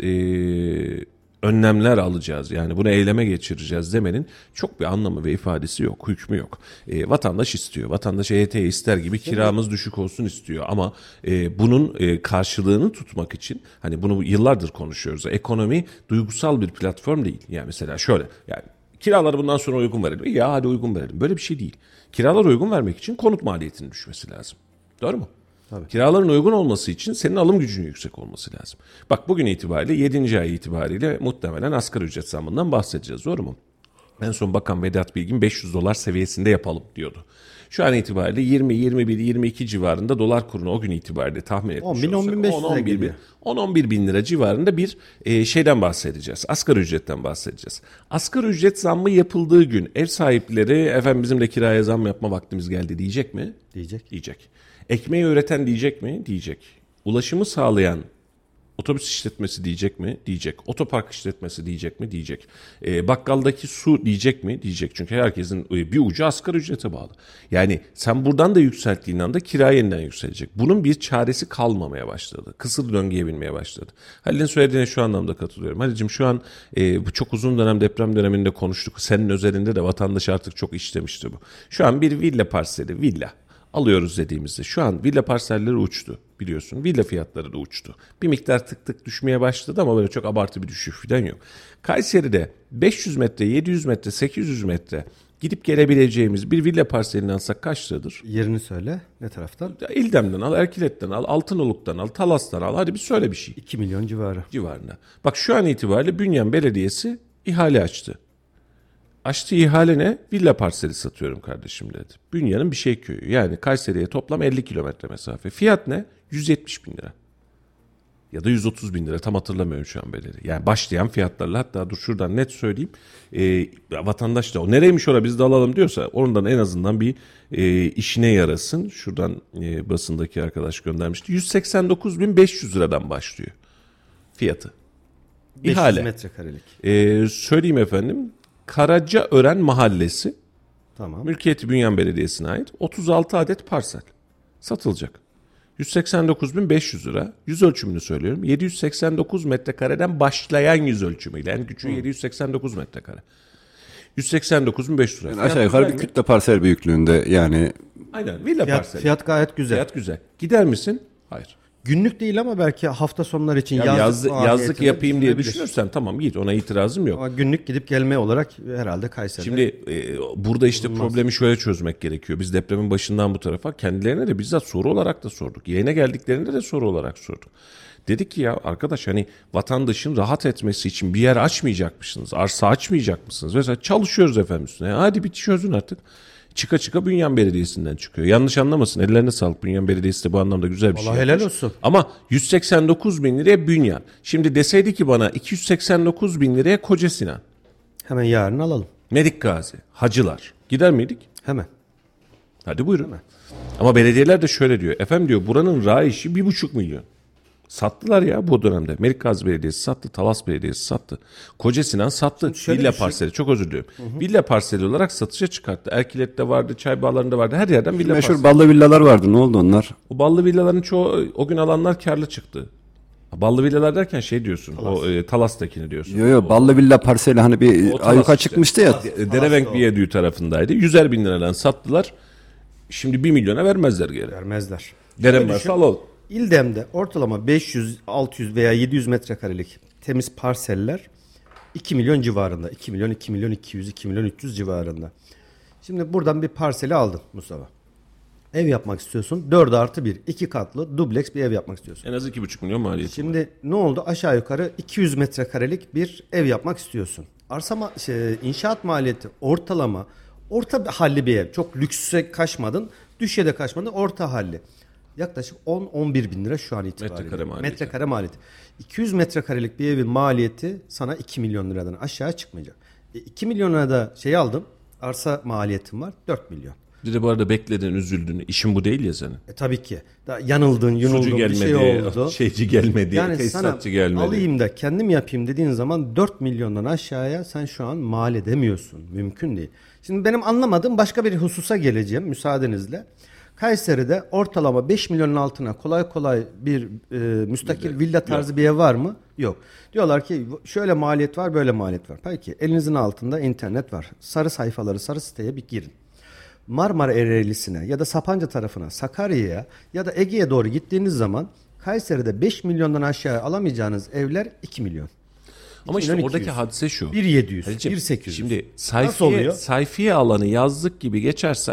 önlemler alacağız. Yani bunu eyleme geçireceğiz demenin çok bir anlamı ve ifadesi yok, hükmü yok. Vatandaş istiyor. Vatandaş EYT ister gibi kiramız düşük olsun istiyor ama bunun karşılığını tutmak için hani bunu yıllardır konuşuyoruz. Ekonomi duygusal bir platform değil. Yani mesela şöyle yani kiraları bundan sonra uygun verelim. Ya hadi uygun verelim. Böyle bir şey değil. Kiraları uygun vermek için konut maliyetinin düşmesi lazım. Doğru mu? Tabii. Kiraların uygun olması için senin alım gücünün yüksek olması lazım. Bak bugün itibariyle 7. ay itibariyle muhtemelen asgari ücret zammından bahsedeceğiz. Doğru mu? En son Bakan Vedat Bilgin $500 seviyesinde yapalım diyordu. Şu an itibariyle 20, 21, 22 civarında dolar kurunu o gün itibariyle tahmin etmiş 10 bin, olsak 10.500'e geliyor. 10-11 bin lira civarında bir şeyden bahsedeceğiz. Asgari ücretten bahsedeceğiz. Asgari ücret zammı yapıldığı gün ev sahipleri efendim bizim de kiraya zam yapma vaktimiz geldi diyecek mi? Diyecek. Ekmeği üreten diyecek mi? Diyecek. Ulaşımı sağlayan otobüs işletmesi diyecek mi? Diyecek. Otopark işletmesi diyecek mi? Diyecek. Bakkaldaki su diyecek mi? Diyecek. Çünkü herkesin bir ucu asgari ücrete bağlı. Yani sen buradan da yükselttiğin anda kira yeniden yükselecek. Bunun bir çaresi kalmamaya başladı. Kısır döngüye binmeye başladı. Halil'in söylediğine şu anlamda katılıyorum. Halil'cim şu an bu çok uzun dönem deprem döneminde konuştuk. Senin özelinde de vatandaş artık çok işlemişti bu. Şu an bir villa parseli, villa. alıyoruz dediğimizde şu an villa parselleri uçtu biliyorsun. Villa fiyatları da uçtu. Bir miktar tık tık düşmeye başladı ama böyle çok abartı bir düşüş falan yok. Kayseri'de 500 metre, 700 metre, 800 metre gidip gelebileceğimiz bir villa parselini alsak kaç liradır? Yerini söyle. Ne taraftan? İldem'den al, Erkilet'ten al, Altınoluk'tan al, Talas'tan al. Hadi bir söyle bir şey. 2 milyon civarı. Civarında. Bak şu an itibariyle Bünyan Belediyesi ihale açtı. Açtığı ihale ne? Villa parseli satıyorum kardeşim dedi. Bünyan'ın bir şey köyü. Yani Kayseri'ye toplam 50 kilometre mesafe. Fiyat ne? 170 bin lira. Ya da 130 bin lira, tam hatırlamıyorum şu an bedeli. Yani başlayan fiyatlarla, hatta dur şuradan net söyleyeyim. Vatandaş da o nereymiş ora biz de alalım diyorsa ondan en azından bir işine yarasın. Şuradan basındaki arkadaş göndermişti. 189.500 liradan başlıyor fiyatı. 500 İhale. metrekarelik. Söyleyeyim efendim. Karacaören Mahallesi, Tamam. Mülkiyeti Bünyan Belediyesi'ne ait 36 adet parsel satılacak. 189.500 lira. Yüz ölçümünü söylüyorum. 789 metrekareden başlayan yüz ölçümüyle. En küçüğü 789 metrekare. 189.500 lira. Yani aşağı yukarı bir kütle parsel büyüklüğünde yani. Aynen, villa parseli. Fiyat gayet güzel. Fiyat güzel. Gider misin? Hayır. Günlük değil ama belki hafta sonları için Ya yazlık yazlık yapayım diye düşünülebilir. düşünürsen tamam git, ona itirazım yok. Ama günlük gidip gelme olarak herhalde Kayseri'de. Şimdi burada işte problemi şöyle çözmek gerekiyor. Biz depremin başından bu tarafa kendilerine de bizzat soru olarak da sorduk. Yayına geldiklerinde de soru olarak sorduk. Dedik ki ya arkadaş, hani vatandaşın rahat etmesi için bir yer açmayacak mısınız? Arsa açmayacak mısınız? Mesela çalışıyoruz efendim üstüne. Hadi bir çözün artık. Çıka çıka Bünyan Belediyesi'nden çıkıyor. Yanlış anlamasın. Ellerine sağlık. Bünyan Belediyesi de bu anlamda güzel bir şey Vallahi helal yapmış. olsun. Ama 189 bin liraya Bünyan. Şimdi deseydi ki bana 289 bin liraya Koca Sinan, Hemen yarın alalım. Medik Gazi, Hacılar. Gider miydik? Hemen. Hadi buyurun. Ama belediyeler de şöyle diyor. Efendim diyor, buranın rayişi 1,5 milyon. Sattılar ya bu dönemde. Melik Gazi Belediyesi sattı, Talas Belediyesi sattı. Koca Sinan sattı. şöyle Villa düşün. parseli, çok özür diliyorum. Villa parseli olarak satışa çıkarttı. Erkilet'te vardı, Çaybağları'nda vardı. Her yerden villa Meşhur parseli. ballı villalar vardı. Ne oldu onlar? O ballı villaların çoğu o gün alanlar karlı çıktı. Ballı villalar derken şey diyorsun. O Talas'takini diyorsun. Yo ballı villa parseli hani bir O Talas ayyuka işte. çıkmıştı ya. Derevenk Viyadüğü tarafındaydı. 100'er bin liradan sattılar. Şimdi 1 milyona vermezler geri. Vermezler. Veremezse düşün. alalım. İldem'de ortalama 500, 600 veya 700 metrekarelik temiz parseller 2 milyon civarında. 2 milyon, 2 milyon 200, 2 milyon 300 civarında. Şimdi buradan bir parseli aldın Mustafa. Ev yapmak istiyorsun. 4+1, 2 katlı dubleks bir ev yapmak istiyorsun. En az 2,5 milyon maliyeti. Şimdi ne oldu? Aşağı yukarı 200 metrekarelik bir ev yapmak istiyorsun. İnşaat maliyeti ortalama, orta halli bir ev. Çok lükse kaçmadın, düşe de kaçmadın, orta halli. Yaklaşık 10-11 bin lira şu an itibariyle. Metrekare maliyeti. Metrekare maliyeti. 200 metrekarelik bir evin maliyeti sana 2 milyon liradan aşağı çıkmayacak. 2 milyon lirada aldın, arsa maliyetin var 4 milyon. Bir de bu arada bekledin, üzüldün. İşin bu değil ya senin. Tabii ki. Da yanıldın, yunuldun, Sucu bir gelmedi, şey oldu. şeyci gelmedi, Yani sana tesisatçı gelmedi. alayım da kendim yapayım dediğin zaman 4 milyondan aşağıya sen şu an mal edemiyorsun. Mümkün değil. Şimdi benim anlamadığım başka bir hususa geleceğim müsaadenizle. Kayseri'de ortalama 5 milyonun altına kolay kolay bir müstakil villa tarzı bir ev var mı? Yok. Diyorlar ki şöyle maliyet var, böyle maliyet var. Peki elinizin altında internet var. Sarı sayfaları, sarı siteye bir girin. Marmara Ereğlisi'ne ya da Sapanca tarafına, Sakarya'ya ya da Ege'ye doğru gittiğiniz zaman Kayseri'de 5 milyondan aşağı alamayacağınız evler 2 milyon. Ama 2 işte milyon oradaki 200. hadise şu. 1.700, Halicim, 1.800. Şimdi Nasıl oluyor? sayfiye alanı yazlık gibi geçerse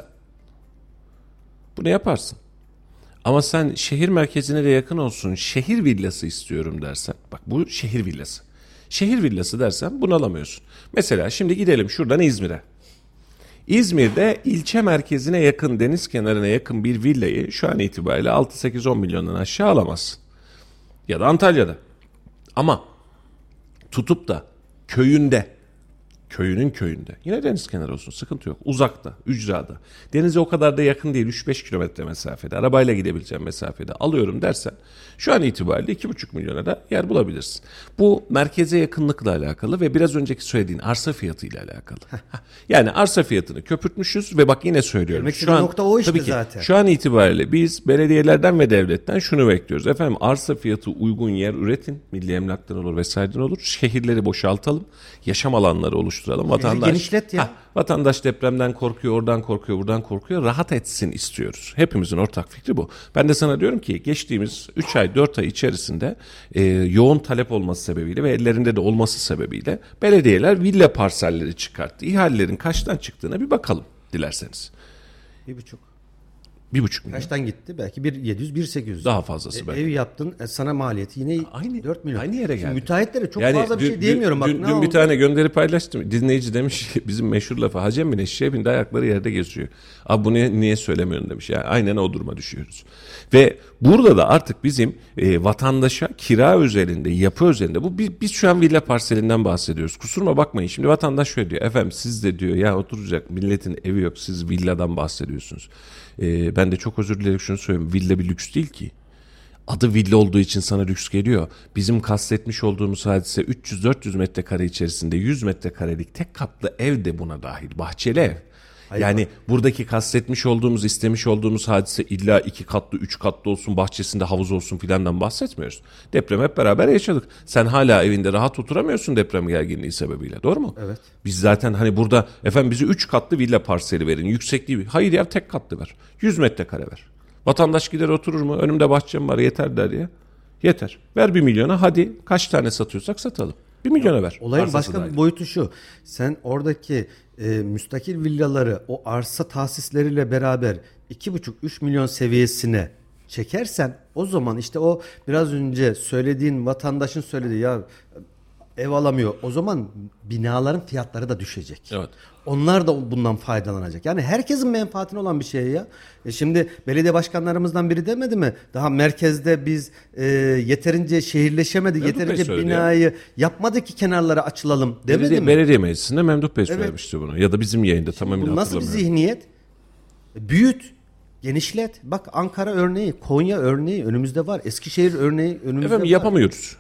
bunu yaparsın. Ama sen şehir merkezine de yakın olsun, şehir villası istiyorum dersen, bak bu şehir villası. Şehir villası dersen bunu alamıyorsun. Mesela şimdi gidelim şuradan İzmir'e. İzmir'de ilçe merkezine yakın, deniz kenarına yakın bir villayı şu an itibariyle 6-8-10 milyondan aşağı alamazsın. Ya da Antalya'da. Ama tutup da köyünün köyünde, yine deniz kenarı olsun, sıkıntı yok, uzakta, ücrada, denize o kadar da yakın değil, 3-5 kilometre mesafede, arabayla gidebileceğim mesafede alıyorum dersen şu an itibariyle 2,5 milyona da yer bulabilirsin. Bu merkeze yakınlıkla alakalı ve biraz önceki söylediğin arsa fiyatıyla alakalı. Yani arsa fiyatını köpürtmüşüz ve bak yine söylüyorum. Demek istediğin nokta o işte tabii ki, zaten. şu an itibariyle biz belediyelerden ve devletten şunu bekliyoruz. Efendim arsa fiyatı uygun yer üretin. Milli emlaktan olur vesaireden olur. Şehirleri boşaltalım. Yaşam alanları oluşturalım. oluşturalım. Vatandaş, genişlet ya. vatandaş depremden korkuyor, oradan korkuyor, buradan korkuyor. Rahat etsin istiyoruz. Hepimizin ortak fikri bu. Ben de sana diyorum ki geçtiğimiz 3 ay 4 ay içerisinde yoğun talep olması sebebiyle ve ellerinde de olması sebebiyle belediyeler villa parselleri çıkarttı. İhalelerin kaçtan çıktığına bir bakalım dilerseniz. 1,5. 1,5 milyon. Kaçtan gitti? Belki 1,700, 1,800. Daha fazlası belki. Ev yaptın, sana maliyeti yine Aynı- 4 milyon. aynı yere Şimdi geldi. müteahhitlere çok fazla bir şey diyemiyorum. Bak, Dün ne bir oldu? tane gönderi paylaştım. Dinleyici demiş ki bizim meşhur lafı Hacem bin eşeğe bindi ayakları yerde geziyor. Abi bunu niye söylemiyorsun demiş. Yani aynen o duruma düşüyoruz. Ve burada da artık bizim vatandaşa kira özelinde, yapı özelinde biz şu an villa parselinden bahsediyoruz. Kusuruma bakmayın. Şimdi vatandaş şöyle diyor. Efendim siz de diyor ya oturacak milletin evi yok. Siz villadan bahsediyorsunuz. Ben de çok özür dilerim şunu söyleyeyim. Villa bir lüks değil ki. Adı villa olduğu için sana lüks geliyor. Bizim kastetmiş olduğumuz hadise 300-400 metrekare içerisinde 100 metrekarelik tek katlı ev de buna dahil. Bahçeli ev. Yani buradaki kastetmiş olduğumuz, istemiş olduğumuz hadise illa 2 katlı, 3 katlı olsun, bahçesinde havuz olsun filandan bahsetmiyoruz. Deprem hep beraber yaşadık. Sen hala evinde rahat oturamıyorsun deprem gerginliği sebebiyle. Doğru mu? Evet. Biz zaten hani burada efendim bize 3 katlı villa parseli verin. Yüksekliği. Hayır ya tek katlı ver. 100 metrekare ver. Vatandaş gider oturur mu? Önümde bahçem var yeter der ya. Yeter. Ver 1 milyona hadi kaç tane satıyorsak satalım. 1 milyona ver. Olayın Arsası başka dahil. bir boyutu şu. Sen oradaki müstakil villaları o arsa tahsisleriyle beraber 2,5-3 milyon seviyesine çekersen o zaman işte o biraz önce söylediğin vatandaşın söylediği ya ev alamıyor. O zaman binaların fiyatları da düşecek. Evet. Onlar da bundan faydalanacak. Yani herkesin menfaatine olan bir şey ya. Şimdi belediye başkanlarımızdan biri demedi mi? Daha merkezde biz yeterince şehirleşemedik. Memduh Bey Yeterince söyledi binayı yapmadık ki kenarlara açılalım demedi mi? Belediye meclisinde Memduh Bey söylemişti bunu. Ya da bizim yayında tamamıyla Bu nasıl bir hatırlamıyorum. zihniyet? Büyüt, genişlet. Bak Ankara örneği, Konya örneği önümüzde var. Eskişehir örneği önümüzde Efendim var. Yapamıyoruz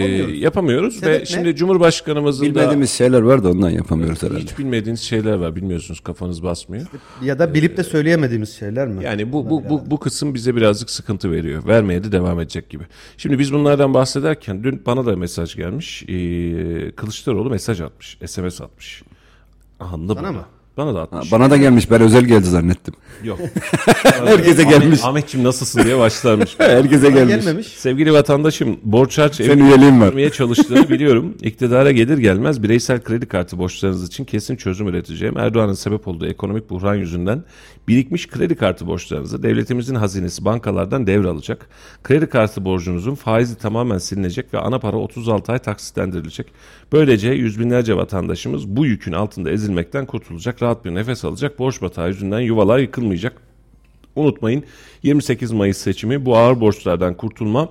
ve Sebep ne? şimdi Cumhurbaşkanımızın Bilmediğimiz şeyler var da ondan yapamıyoruz da herhalde. hiç bilmediğiniz şeyler var. Bilmiyorsunuz kafanız basmıyor. Ya da bilip de söyleyemediğimiz şeyler mi? Yani bu kısım bize birazcık sıkıntı veriyor. Vermeye de devam edecek gibi. Şimdi biz bunlardan bahsederken dün bana da mesaj gelmiş. Kılıçdaroğlu mesaj atmış. SMS atmış. Anında Sana mı? Bana da atmış. Bana da gelmiş, ben özel geldi zannettim. Yok. Herkese gelmiş. Ahmetciğim nasılsın diye başlarmış. Herkese Bana gelmiş. gelmemiş. Sevgili vatandaşım borç harç Senin üyeliğin var. vermeye çalıştığını biliyorum. İktidara gelir gelmez bireysel kredi kartı borçlarınız için kesin çözüm üreteceğim. Erdoğan'ın sebep olduğu ekonomik buhran yüzünden birikmiş kredi kartı borçlarınızı devletimizin hazinesi bankalardan devralacak. Kredi kartı borcunuzun faizi tamamen silinecek ve ana para 36 ay taksitlendirilecek. Böylece yüz binlerce vatandaşımız bu yükün altında ezilmekten kurtulacak, rahat bir nefes alacak. Borç batağı yüzünden yuvalar yıkılmayacak. Unutmayın 28 Mayıs seçimi bu ağır borçlardan kurtulma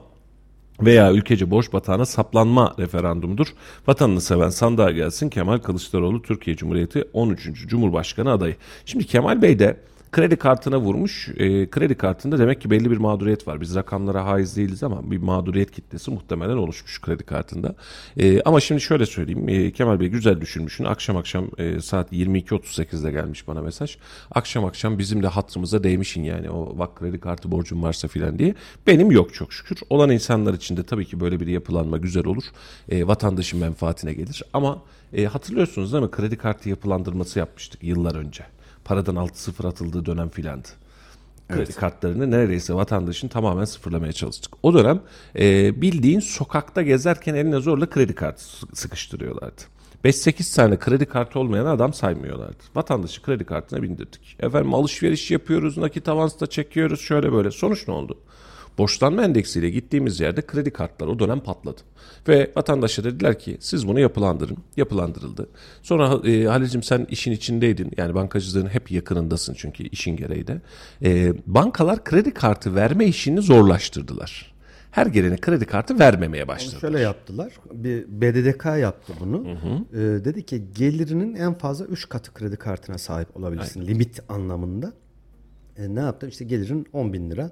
veya ülkece borç batağına saplanma referandumudur. Vatanını seven sandığa gelsin. Kemal Kılıçdaroğlu Türkiye Cumhuriyeti 13. Cumhurbaşkanı adayı. Şimdi Kemal Bey de kredi kartına vurmuş. Kredi kartında demek ki belli bir mağduriyet var. Biz rakamlara haiz değiliz ama bir mağduriyet kitlesi muhtemelen oluşmuş kredi kartında. Ama şimdi şöyle söyleyeyim. Kemal Bey güzel düşünmüşsün. Akşam saat 22.38'de gelmiş bana mesaj. Akşam bizim de hatırımıza değmişin yani. O bak kredi kartı borcum varsa filan diye. Benim yok çok şükür. Olan insanlar için de tabii ki böyle bir yapılanma güzel olur. Vatandaşın menfaatine gelir. Ama hatırlıyorsunuz değil mi? Kredi kartı yapılandırması yapmıştık yıllar önce. Paradan 6-0 atıldığı dönem filandı. Kredi kartlarını neredeyse vatandaşın tamamen sıfırlamaya çalıştık. O dönem bildiğin sokakta gezerken eline zorla kredi kartı sıkıştırıyorlardı. 5-8 tane kredi kartı olmayan adam saymıyorlardı. Vatandaşı kredi kartına bindirdik. Efendim alışveriş yapıyoruz, nakit avansla çekiyoruz şöyle böyle. Sonuç ne oldu? Borçlanma endeksiyle gittiğimiz yerde kredi kartları o dönem patladı. Ve vatandaşa dediler ki siz bunu yapılandırın. Yapılandırıldı. Sonra Halil'cim sen işin içindeydin. Yani bankacılığın hep yakınındasın çünkü işin gereği de. Bankalar kredi kartı verme işini zorlaştırdılar. Her gelene kredi kartı vermemeye başladılar. Şöyle yaptılar. Bir BDDK yaptı bunu. Dedi ki gelirinin en fazla 3 katı kredi kartına sahip olabilirsin. Limit anlamında. Ne yaptı? İşte gelirin 10 bin lira.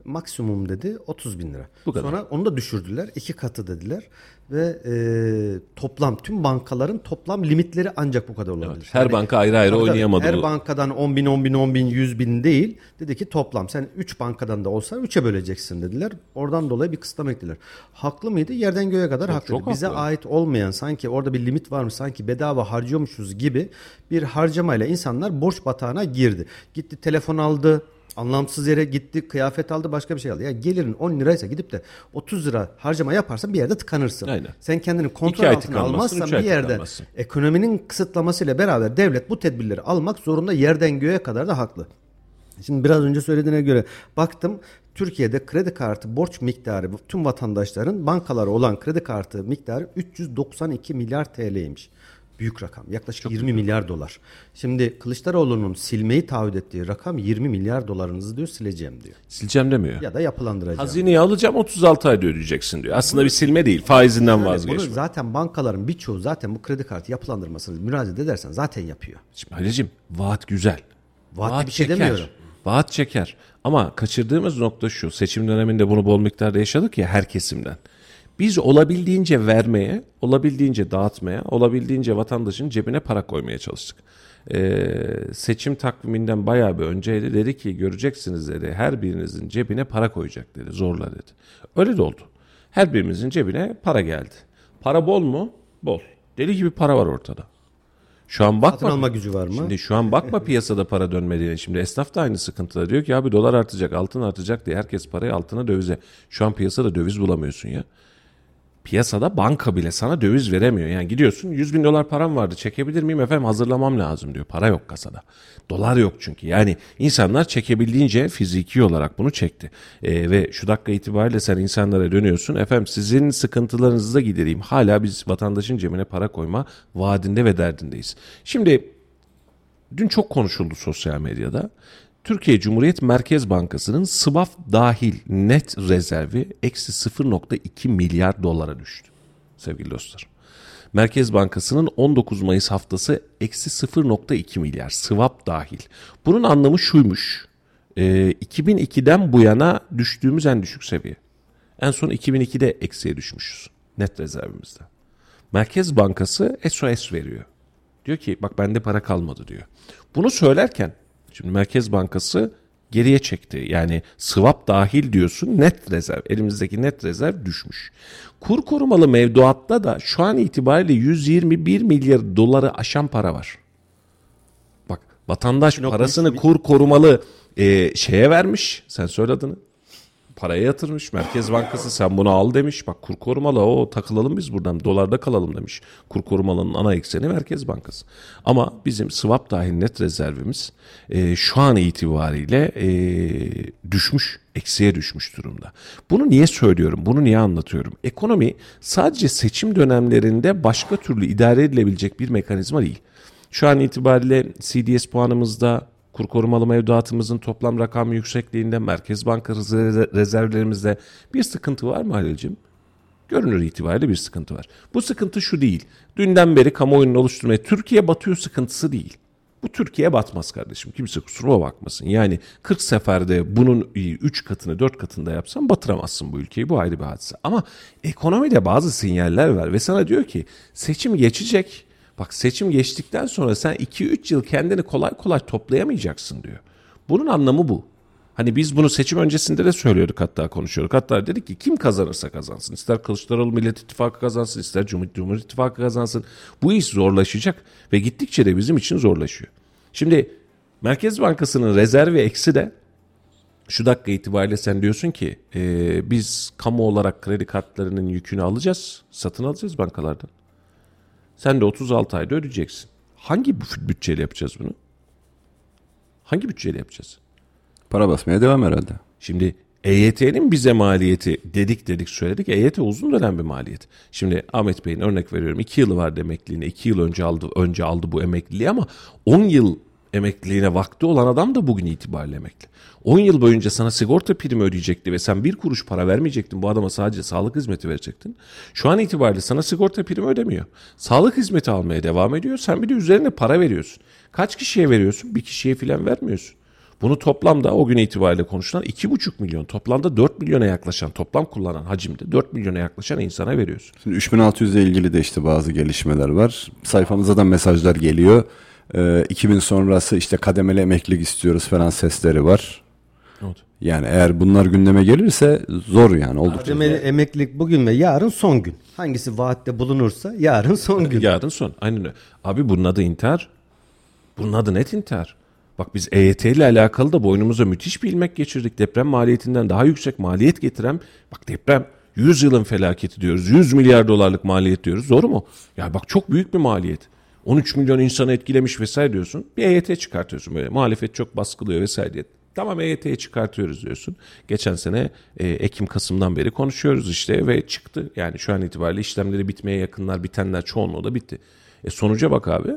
maksimum dedi 30 bin lira. Bu kadar. Sonra onu da düşürdüler. 2 katı dediler. Ve toplam tüm bankaların toplam limitleri ancak bu kadar olabilir. Her banka ayrı ayrı Tabii, oynayamadı. her bu. bankadan 10 bin, 10 bin, 10 bin, 100 bin değil. Dedi ki toplam sen 3 bankadan da olsa 3'e böleceksin dediler. Oradan dolayı bir kısıtlama eklediler. Haklı mıydı? Yerden göğe kadar haklıydı. çok Bize haklı. ait olmayan, sanki orada bir limit varmış, sanki bedava harcıyormuşuz gibi bir harcamayla insanlar borç batağına girdi. Gitti telefon aldı. Anlamsız yere gitti, kıyafet aldı, başka bir şey aldı. Ya gelirin 10 liraysa gidip de 30 lira harcama yaparsan bir yerde tıkanırsın. Aynen. Sen kendini 2 kontrol ay altına tıkanmazsın, almazsan 3 ay bir yerden tıkanmazsın. ekonominin kısıtlamasıyla beraber devlet bu tedbirleri almak zorunda, yerden göğe kadar da haklı. Şimdi biraz önce söylediğine göre baktım, Türkiye'de kredi kartı borç miktarı, tüm vatandaşların bankalara olan kredi kartı miktarı 392 milyar TL'ymiş. Büyük rakam. Yaklaşık 20 milyar dolar. Şimdi Kılıçdaroğlu'nun silmeyi taahhüt ettiği rakam 20 milyar dolarınızı diyor sileceğim diyor. Sileceğim demiyor. Ya da yapılandıracağım. Hazineyi alacağım 36 ayda ödeyeceksin diyor. Aslında bir silme değil, faizinden Bunu vazgeçme. zaten bankaların birçoğu zaten bu kredi kartı yapılandırmasını müracaat edersen zaten yapıyor. Şimdi Halil'cim vaat güzel. Vaatte bir şey demiyorum. Vaat çeker. Ama kaçırdığımız nokta şu. Seçim döneminde bunu bol miktarda yaşadık ya her kesimden. Biz olabildiğince vermeye, olabildiğince dağıtmaya, olabildiğince vatandaşın cebine para koymaya çalıştık. Seçim takviminden bayağı bir önceydi. Dedi ki göreceksiniz dedi, her birinizin cebine para koyacak dedi, zorla dedi. Öyle de oldu. Her birimizin cebine para geldi. Para bol mu? Bol. Deli gibi para var ortada. Şu an bakma. Satın alma gücü var mı? Şimdi şu an bakma piyasada para dönmediğine. Şimdi esnaf da aynı sıkıntıda. Diyor ki abi dolar artacak, altın artacak diye herkes parayı altına, dövize. Şu an piyasada döviz bulamıyorsun ya. Piyasada banka bile sana döviz veremiyor. Yani gidiyorsun 100 bin dolar param vardı, çekebilir miyim efendim, hazırlamam lazım diyor. Para yok kasada. Dolar yok çünkü. Yani insanlar çekebildiğince fiziki olarak bunu çekti. Ve şu dakika itibariyle sen insanlara dönüyorsun. Efendim sizin sıkıntılarınızı da gidereyim. Hala biz vatandaşın cebine para koyma vaadinde ve derdindeyiz. Şimdi dün çok konuşuldu sosyal medyada. Türkiye Cumhuriyet Merkez Bankası'nın SWAF dahil net rezervi eksi 0,2 milyar dolara düştü sevgili dostlar. Merkez Bankası'nın 19 Mayıs haftası eksi 0,2 milyar SWAP dahil. Bunun anlamı şuymuş, 2002'den bu yana düştüğümüz en düşük seviye. En son 2002'de eksiye düşmüşüz net rezervimizde. Merkez Bankası SOS veriyor. Diyor ki bak bende para kalmadı diyor. Bunu söylerken şimdi Merkez Bankası geriye çekti. Yani swap dahil diyorsun, net rezerv. Elimizdeki net rezerv düşmüş. Kur korumalı mevduatta da şu an itibariyle 121 milyar doları aşan para var. Bak vatandaş parasını kur korumalı şeye vermiş. Sen söyle adını. Paraya yatırmış. Merkez Bankası sen bunu al demiş. Bak kur korumalı, o takılalım biz buradan, dolarda kalalım demiş. Kur korumalının ana ekseni Merkez Bankası. Ama bizim swap dahil net rezervimiz şu an itibariyle düşmüş. Eksiye düşmüş durumda. Bunu niye söylüyorum? Bunu niye anlatıyorum? Ekonomi sadece seçim dönemlerinde başka türlü idare edilebilecek bir mekanizma değil. Şu an itibariyle CDS puanımızda, kur korumalı mevduatımızın toplam rakam yüksekliğinde, Merkez Bankası rezervlerimizde bir sıkıntı var mı Halil'cim? Görünür itibariyle bir sıkıntı var. Bu sıkıntı şu değil. Dünden beri kamuoyunun oluşturmaya Türkiye batıyor sıkıntısı değil. Bu Türkiye batmaz kardeşim. Kimse kusuruma bakmasın. Yani 40 seferde bunun 3 katını 4 katını da yapsan batıramazsın bu ülkeyi. Bu ayrı bir hadise. Ama ekonomide bazı sinyaller var ve sana diyor ki seçim geçecek. Bak seçim geçtikten sonra sen 2-3 yıl kendini kolay kolay toplayamayacaksın diyor. Bunun anlamı bu. Hani biz bunu seçim öncesinde de söylüyorduk, hatta konuşuyorduk. Hatta dedik ki kim kazanırsa kazansın. İster Kılıçdaroğlu Millet İttifakı kazansın, ister Cumhur İttifakı kazansın. Bu iş zorlaşacak ve gittikçe de bizim için zorlaşıyor. Şimdi Merkez Bankası'nın rezervi eksi de şu dakika itibariyle sen diyorsun ki biz kamu olarak kredi kartlarının yükünü alacağız, satın alacağız bankalardan. Sen de 36 ayda ödeyeceksin. Hangi bütçeyle yapacağız bunu? Hangi bütçeyle yapacağız? Para basmaya devam herhalde. Şimdi EYT'nin bize maliyeti dedik söyledik. EYT uzun dönem bir maliyet. Şimdi Ahmet Bey'in örnek veriyorum 2 yılı vardı emekliliğine. 2 yıl önce aldı bu emekliliği ama 10 yıl emekliliğine vakti olan adam da bugün itibariyle emekli. 10 yıl boyunca sana sigorta primi ödeyecekti ve sen bir kuruş para vermeyecektin. Bu adama sadece sağlık hizmeti verecektin. Şu an itibariyle sana sigorta primi ödemiyor. Sağlık hizmeti almaya devam ediyor. Sen bir de üzerine para veriyorsun. Kaç kişiye veriyorsun? Bir kişiye falan vermiyorsun. Bunu toplamda o gün itibariyle konuşulan 2,5 milyon, toplamda 4 milyona yaklaşan, toplam kullanan hacimde 4 milyona yaklaşan insana veriyorsun. Şimdi 3600 ile ilgili de işte bazı gelişmeler var. Sayfamıza da mesajlar geliyor. 2000 sonrası işte kademeli emeklilik istiyoruz falan sesleri var. Evet. Yani eğer bunlar gündeme gelirse zor yani oldukça. Kademeli emeklilik bugün ve yarın son gün. Hangisi vaatte bulunursa yarın son gün. Yarın son. Aynen öyle. Abi bunun adı intihar. Bunun adı net intihar. Bak biz EYT ile alakalı da boynumuza müthiş bir ilmek geçirdik. Deprem maliyetinden daha yüksek maliyet getiren, bak deprem 100 yılın felaketi diyoruz. 100 milyar dolarlık maliyet diyoruz. Doğru mu? Ya bak çok büyük bir maliyet. 13 milyon insanı etkilemiş vesaire diyorsun. Bir EYT çıkartıyorsun böyle. Muhalefet çok baskılıyor vesaire diye. Tamam EYT'yi çıkartıyoruz diyorsun. Geçen sene Ekim-Kasım'dan beri konuşuyoruz işte ve çıktı. Yani şu an itibariyle işlemleri bitmeye yakınlar, bitenler çoğunluğu da bitti. Sonuca bak abi.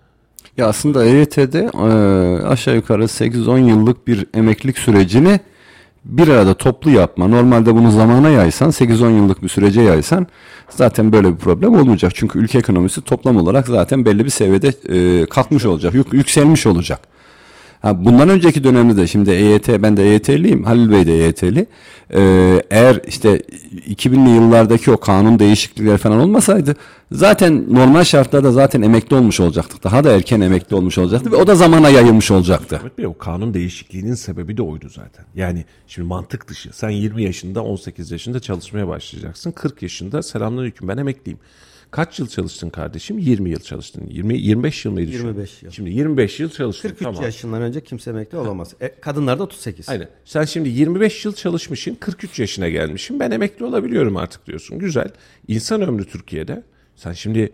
Ya aslında EYT'de aşağı yukarı 8-10 yıllık bir emeklilik sürecini bir arada toplu yapma. Normalde bunu zamana yaysan, 8-10 yıllık bir sürece yaysan zaten böyle bir problem olmayacak. Çünkü ülke ekonomisi toplam olarak zaten belli bir seviyede kalkmış olacak, yükselmiş olacak. Ha, bundan önceki dönemde de şimdi EYT, ben de EYT'liyim, Halil Bey de EYT'li. Eğer işte 2000'li yıllardaki o kanun değişiklikleri falan olmasaydı zaten normal şartlarda zaten emekli olmuş olacaktık. Daha da erken emekli olmuş olacaktı ve o da zamana yayılmış olacaktı. Evet, o kanun değişikliğinin sebebi de oydu zaten. Yani şimdi mantık dışı. Sen 20 yaşında, 18 yaşında çalışmaya başlayacaksın. 40 yaşında selamünaleyküm ben emekliyim. Kaç yıl çalıştın kardeşim? 20 yıl çalıştın. 25 yıl mıydı? 25 yıl. Şimdi 25 yıl çalıştın. 43 tamam. yaşından önce kimse emekli olamaz. Kadınlarda 38. Aynen. Sen şimdi 25 yıl çalışmışsın, 43 yaşına gelmişsin. Ben emekli olabiliyorum artık diyorsun. Güzel. İnsan ömrü Türkiye'de. Sen şimdi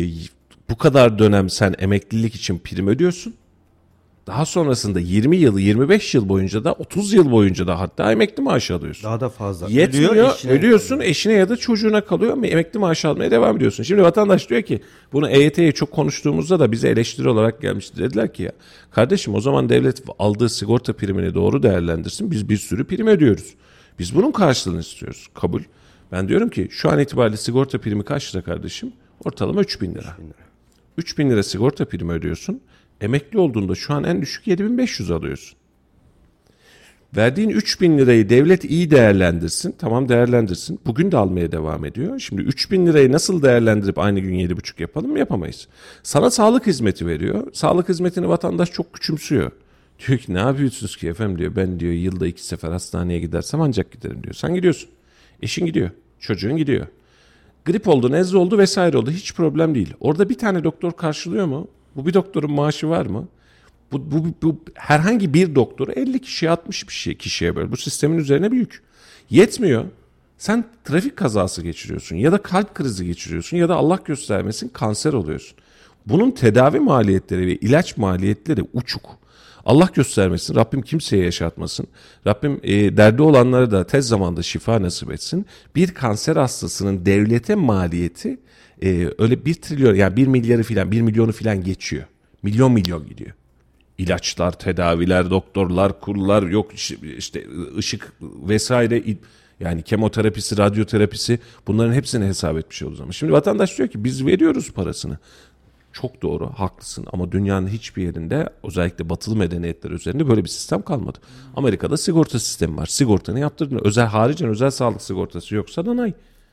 bu kadar dönem sen emeklilik için prim ödüyorsun. Daha sonrasında 20 yıl, 25 yıl boyunca da 30 yıl boyunca da hatta emekli maaşı alıyorsun. Daha da fazla. Yetmiyor, ödüyorsun, eşine ya da çocuğuna kalıyor ama emekli maaşı almaya devam ediyorsun. Şimdi vatandaş diyor ki, bunu EYT'ye çok konuştuğumuzda da bize eleştiri olarak gelmişti. Dediler ki ya, kardeşim o zaman devlet aldığı sigorta primini doğru değerlendirsin. Biz bir sürü prim ödüyoruz. Biz bunun karşılığını istiyoruz. Kabul. Ben diyorum ki şu an itibariyle sigorta primi kaç lira kardeşim? Ortalama 3.000 lira. 3.000 lira sigorta primi ödüyorsun. Emekli olduğunda şu an en düşük 7.500 alıyorsun. Verdiğin 3.000 lirayı devlet iyi değerlendirsin. Tamam değerlendirsin. Bugün de almaya devam ediyor. Şimdi 3.000 lirayı nasıl değerlendirip aynı gün 7.5 yapalım mı? Yapamayız. Sana sağlık hizmeti veriyor. Sağlık hizmetini vatandaş çok küçümsüyor. Diyor ki ne yapıyorsunuz ki efendim diyor. Ben diyor yılda 2 sefer hastaneye gidersem ancak giderim diyor. Sen gidiyorsun. Eşin gidiyor. Çocuğun gidiyor. Grip oldu, nezle oldu vesaire oldu. Hiç problem değil. Orada bir tane doktor karşılıyor mu? Bu bir doktorun maaşı var mı? Bu herhangi bir doktor 50 kişiye 60 kişiye böyle. Bu sistemin üzerine büyük. Yetmiyor. Sen trafik kazası geçiriyorsun ya da kalp krizi geçiriyorsun ya da Allah göstermesin kanser oluyorsun. Bunun tedavi maliyetleri ve ilaç maliyetleri uçuk. Allah göstermesin. Rabbim kimseye yaşatmasın. Rabbim derdi olanlara da tez zamanda şifa nasip etsin. Bir kanser hastasının devlete maliyeti öyle 1 trilyon yani 1 milyarı filan 1 milyonu filan geçiyor. Milyon gidiyor. İlaçlar, tedaviler, doktorlar, kurlar yok işte ışık vesaire yani kemoterapisi, radyoterapisi bunların hepsini hesap etmiş oluruz ama. Şimdi vatandaş diyor ki biz veriyoruz parasını. Çok doğru, haklısın ama dünyanın hiçbir yerinde özellikle batılı medeniyetler üzerinde böyle bir sistem kalmadı. Amerika'da sigorta sistemi var. Sigortanı yaptırdın. Haricen özel sağlık sigortası yoksa danay.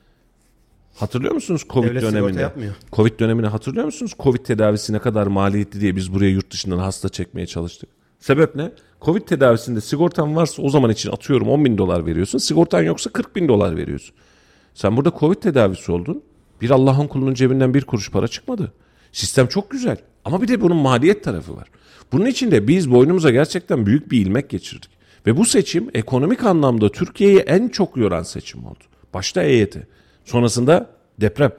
Hatırlıyor musunuz Covid Devlet dönemini? Covid dönemini hatırlıyor musunuz? Covid tedavisi ne kadar maliyetli diye biz buraya yurt dışından hasta çekmeye çalıştık. Sebep ne? Covid tedavisinde sigortan varsa o zaman için atıyorum 10.000 dolar veriyorsun. Sigortan yoksa 40.000 dolar veriyorsun. Sen burada Covid tedavisi oldun. Bir Allah'ın kulunun cebinden bir kuruş para çıkmadı. Sistem çok güzel ama bir de bunun maliyet tarafı var. Bunun için de biz boynumuza gerçekten büyük bir ilmek geçirdik. Ve bu seçim ekonomik anlamda Türkiye'yi en çok yoran seçim oldu. Başta EYT. Sonrasında deprem.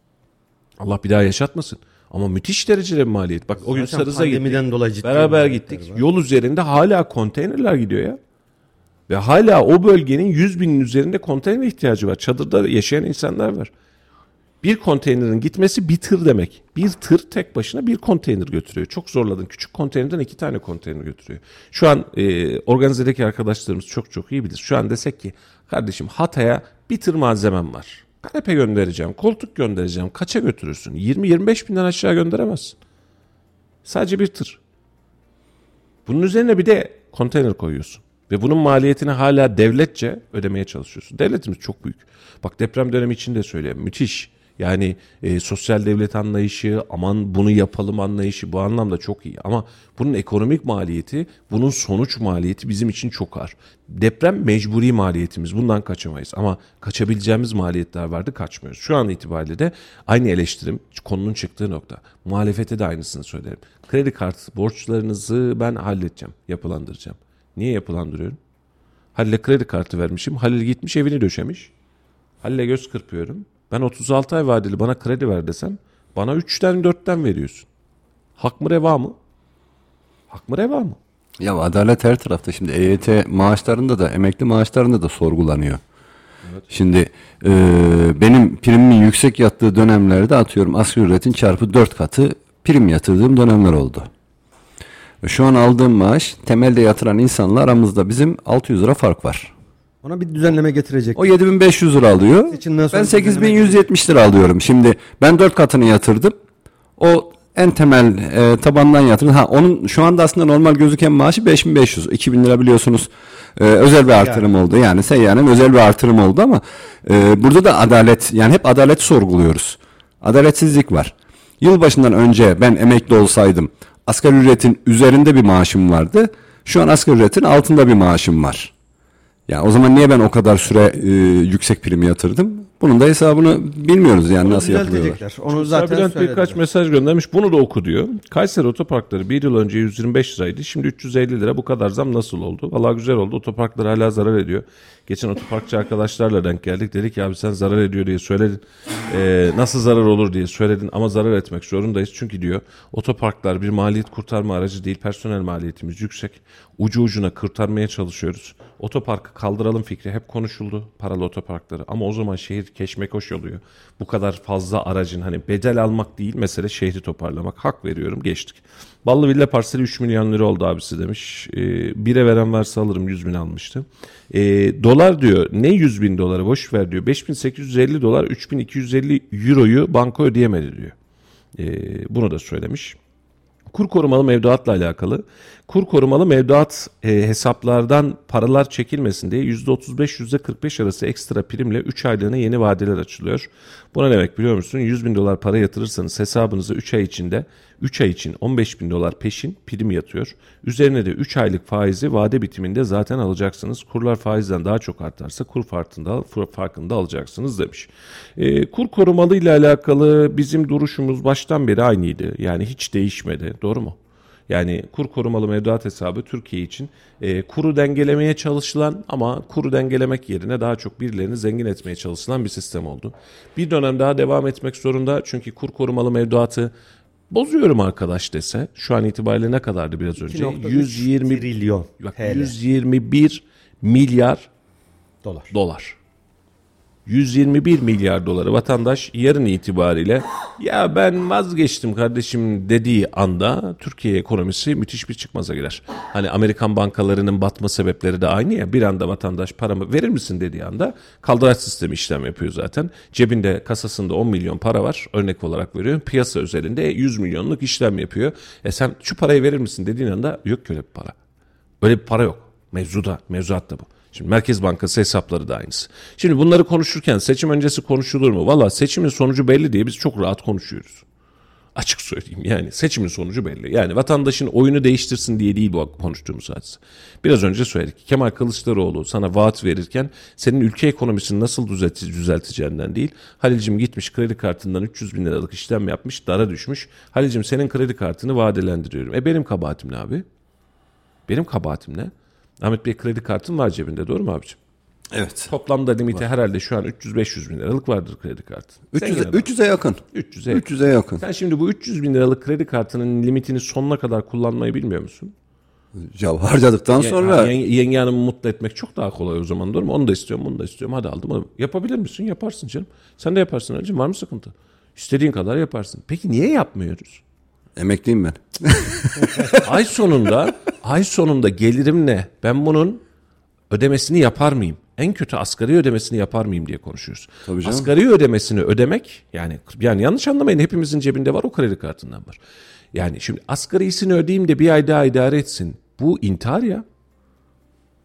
Allah bir daha yaşatmasın. Ama müthiş derecede bir maliyet. Bak o gün Sarız'a gittik. Beraber gittik. Yol üzerinde hala konteynerler gidiyor ya. Ve hala o bölgenin 100.000'in üzerinde konteyner ihtiyacı var. Çadırda yaşayan insanlar var. Bir konteynerin gitmesi bir tır demek. Bir tır tek başına bir konteyner götürüyor. Çok zorladın. Küçük konteynerden 2 tane konteyner götürüyor. Şu an organizedeki arkadaşlarımız çok iyi bilir. Şu an desek ki kardeşim Hatay'a bir tır malzemem var. Kanepe göndereceğim, koltuk göndereceğim. Kaça götürürsün? 20-25 binden aşağı gönderemezsin. Sadece bir tır. Bunun üzerine bir de konteyner koyuyorsun. Ve bunun maliyetini hala devletçe ödemeye çalışıyorsun. Devletimiz çok büyük. Bak deprem dönemi için de söyleyeyim. Müthiş. Yani sosyal devlet anlayışı, aman bunu yapalım anlayışı bu anlamda çok iyi. Ama bunun ekonomik maliyeti, bunun sonuç maliyeti bizim için çok ağır. Deprem mecburi maliyetimiz. Bundan kaçamayız. Ama kaçabileceğimiz maliyetler vardı, kaçmıyoruz. Şu an itibariyle de aynı eleştirim konunun çıktığı nokta. Muhalefete de aynısını söylerim. Kredi kartı borçlarınızı ben halledeceğim, yapılandıracağım. Niye yapılandırıyorum? Halil'e kredi kartı vermişim. Halil gitmiş evini döşemiş. Halil'e göz kırpıyorum. Ben 36 ay vadeli bana kredi ver desem bana 3'ten 4'ten veriyorsun. Hak mı reva mı? Hak mı reva mı? Ya adalet her tarafta. Şimdi EYT maaşlarında da emekli maaşlarında da sorgulanıyor. Evet. Şimdi benim primimin yüksek yattığı dönemlerde atıyorum asgari ücretin çarpı 4 katı prim yatırdığım dönemler oldu. Şu an aldığım maaş temelde yatıran insanla aramızda bizim 600 lira fark var. Ona bir düzenleme getirecek. O 7500 lira alıyor. Ben 8170 lira alıyorum. Şimdi ben 4 katını yatırdım. O en temel tabandan yatırdım. Onun şu anda aslında normal gözüken maaşı 5500. 2000 lira biliyorsunuz özel bir artırım oldu. Yani seyyanen özel bir artırım oldu ama burada da adalet, yani hep adalet sorguluyoruz. Adaletsizlik var. Yılbaşından önce ben emekli olsaydım asgari ücretin üzerinde bir maaşım vardı. Şu an asgari ücretin altında bir maaşım var. Yani o zaman niye ben o kadar süre yüksek primi yatırdım? Bunun da hesabını bilmiyoruz yani Bunu nasıl yapılıyorlar. Onu zaten Bülent söylediler. birkaç mesaj göndermiş. Bunu da oku diyor. Kayseri otoparkları bir yıl önce 125 liraydı. Şimdi 350 lira. Bu kadar zam nasıl oldu? Vallahi güzel oldu. Otoparklar hala zarar ediyor. Geçen otoparkçı arkadaşlarla denk geldik. Dedik ya abi sen zarar ediyor diye söyledin. Nasıl zarar olur diye söyledin ama zarar etmek zorundayız. Çünkü diyor otoparklar bir maliyet kurtarma aracı değil. Personel maliyetimiz yüksek. Ucu ucuna kurtarmaya çalışıyoruz. Otoparkı kaldıralım fikri hep konuşuldu. Paralı otoparkları. Ama o zaman şehir keşmekoş oluyor. Bu kadar fazla aracın hani bedel almak değil mesele şehri toparlamak. Hak veriyorum geçtik. Ballı villa parseli 3 milyon lira oldu abisi demiş. Bire veren varsa alırım 100 bin almıştı. Dolar diyor ne 100 bin doları boş ver diyor. 5850 dolar 3250 euroyu banka ödeyemedi diyor. Bunu da söylemiş. Kur korumalı mevduatla alakalı. Kur korumalı mevduat hesaplardan paralar çekilmesin diye %35-%45 arası ekstra primle 3 aylığına yeni vadeler açılıyor. Buna ne demek biliyor musun? 100 bin dolar para yatırırsanız hesabınıza 3 ay içinde 3 ay için 15 bin dolar peşin prim yatıyor. Üzerine de 3 aylık faizi vade bitiminde zaten alacaksınız. Kurlar faizden daha çok artarsa kur farkında alacaksınız demiş. Kur korumalı ile alakalı bizim duruşumuz baştan beri aynıydı. Yani hiç değişmedi. Doğru mu? Yani kur korumalı mevduat hesabı Türkiye için kuru dengelemeye çalışılan ama kuru dengelemek yerine daha çok birilerini zengin etmeye çalışılan bir sistem oldu. Bir dönem daha devam etmek zorunda çünkü kur korumalı mevduatı bozuyorum arkadaş dese şu an itibariyle ne kadardı biraz önce? 120 trilyon TL. 121 milyar dolar. 121 milyar doları vatandaş yarın itibariyle ya ben vazgeçtim kardeşim dediği anda Türkiye ekonomisi müthiş bir çıkmaza girer. Hani Amerikan bankalarının batma sebepleri de aynı ya, bir anda vatandaş paramı verir misin dediği anda kaldıraç sistemi işlem yapıyor zaten. Cebinde kasasında 10 milyon para var örnek olarak veriyorum, piyasa özelinde 100 milyonluk işlem yapıyor. Sen şu parayı verir misin dediğin anda yok öyle bir para. Öyle bir para yok. Mevzuat da bu. Şimdi Merkez Bankası hesapları da aynısı. Şimdi bunları konuşurken seçim öncesi konuşulur mu? Valla seçimin sonucu belli diye biz çok rahat konuşuyoruz. Açık söyleyeyim yani seçimin sonucu belli. Yani vatandaşın oyunu değiştirsin diye değil bu konuştuğumuz hadise. Biraz önce söyledik. Kemal Kılıçdaroğlu sana vaat verirken senin ülke ekonomisini nasıl düzelteceğinden değil. Halil'cim gitmiş kredi kartından 300 bin liralık işlem yapmış, dara düşmüş. Halil'cim senin kredi kartını vadelendiriyorum. Benim kabahatim ne abi? Benim kabahatim ne? Ahmet Bey kredi kartın var cebinde doğru mu abicim? Evet. Toplamda limiti herhalde şu an 300-500 bin liralık vardır kredi kartı. 300'e yakın. 300'e yakın. Sen şimdi bu 300 bin liralık kredi kartının limitini sonuna kadar kullanmayı bilmiyor musun? Ya harcadıktan sonra. Yenge hanımı mutlu etmek çok daha kolay o zaman doğru mu? Onu da istiyorum, bunu da istiyorum. Hadi aldım. Yapabilir misin? Yaparsın canım. Sen de yaparsın hacım. Var mı sıkıntı? İstediğin kadar yaparsın. Peki niye yapmıyoruz? Emekliyim ben. Ay sonunda gelirim ne? Ben bunun ödemesini yapar mıyım? En kötü asgari ödemesini yapar mıyım diye konuşuyoruz. Asgari ödemesini ödemek yani yanlış anlamayın, hepimizin cebinde var, o kredi kartından var. Yani şimdi asgarisini ödeyeyim de bir ay daha idare etsin. Bu intihar ya.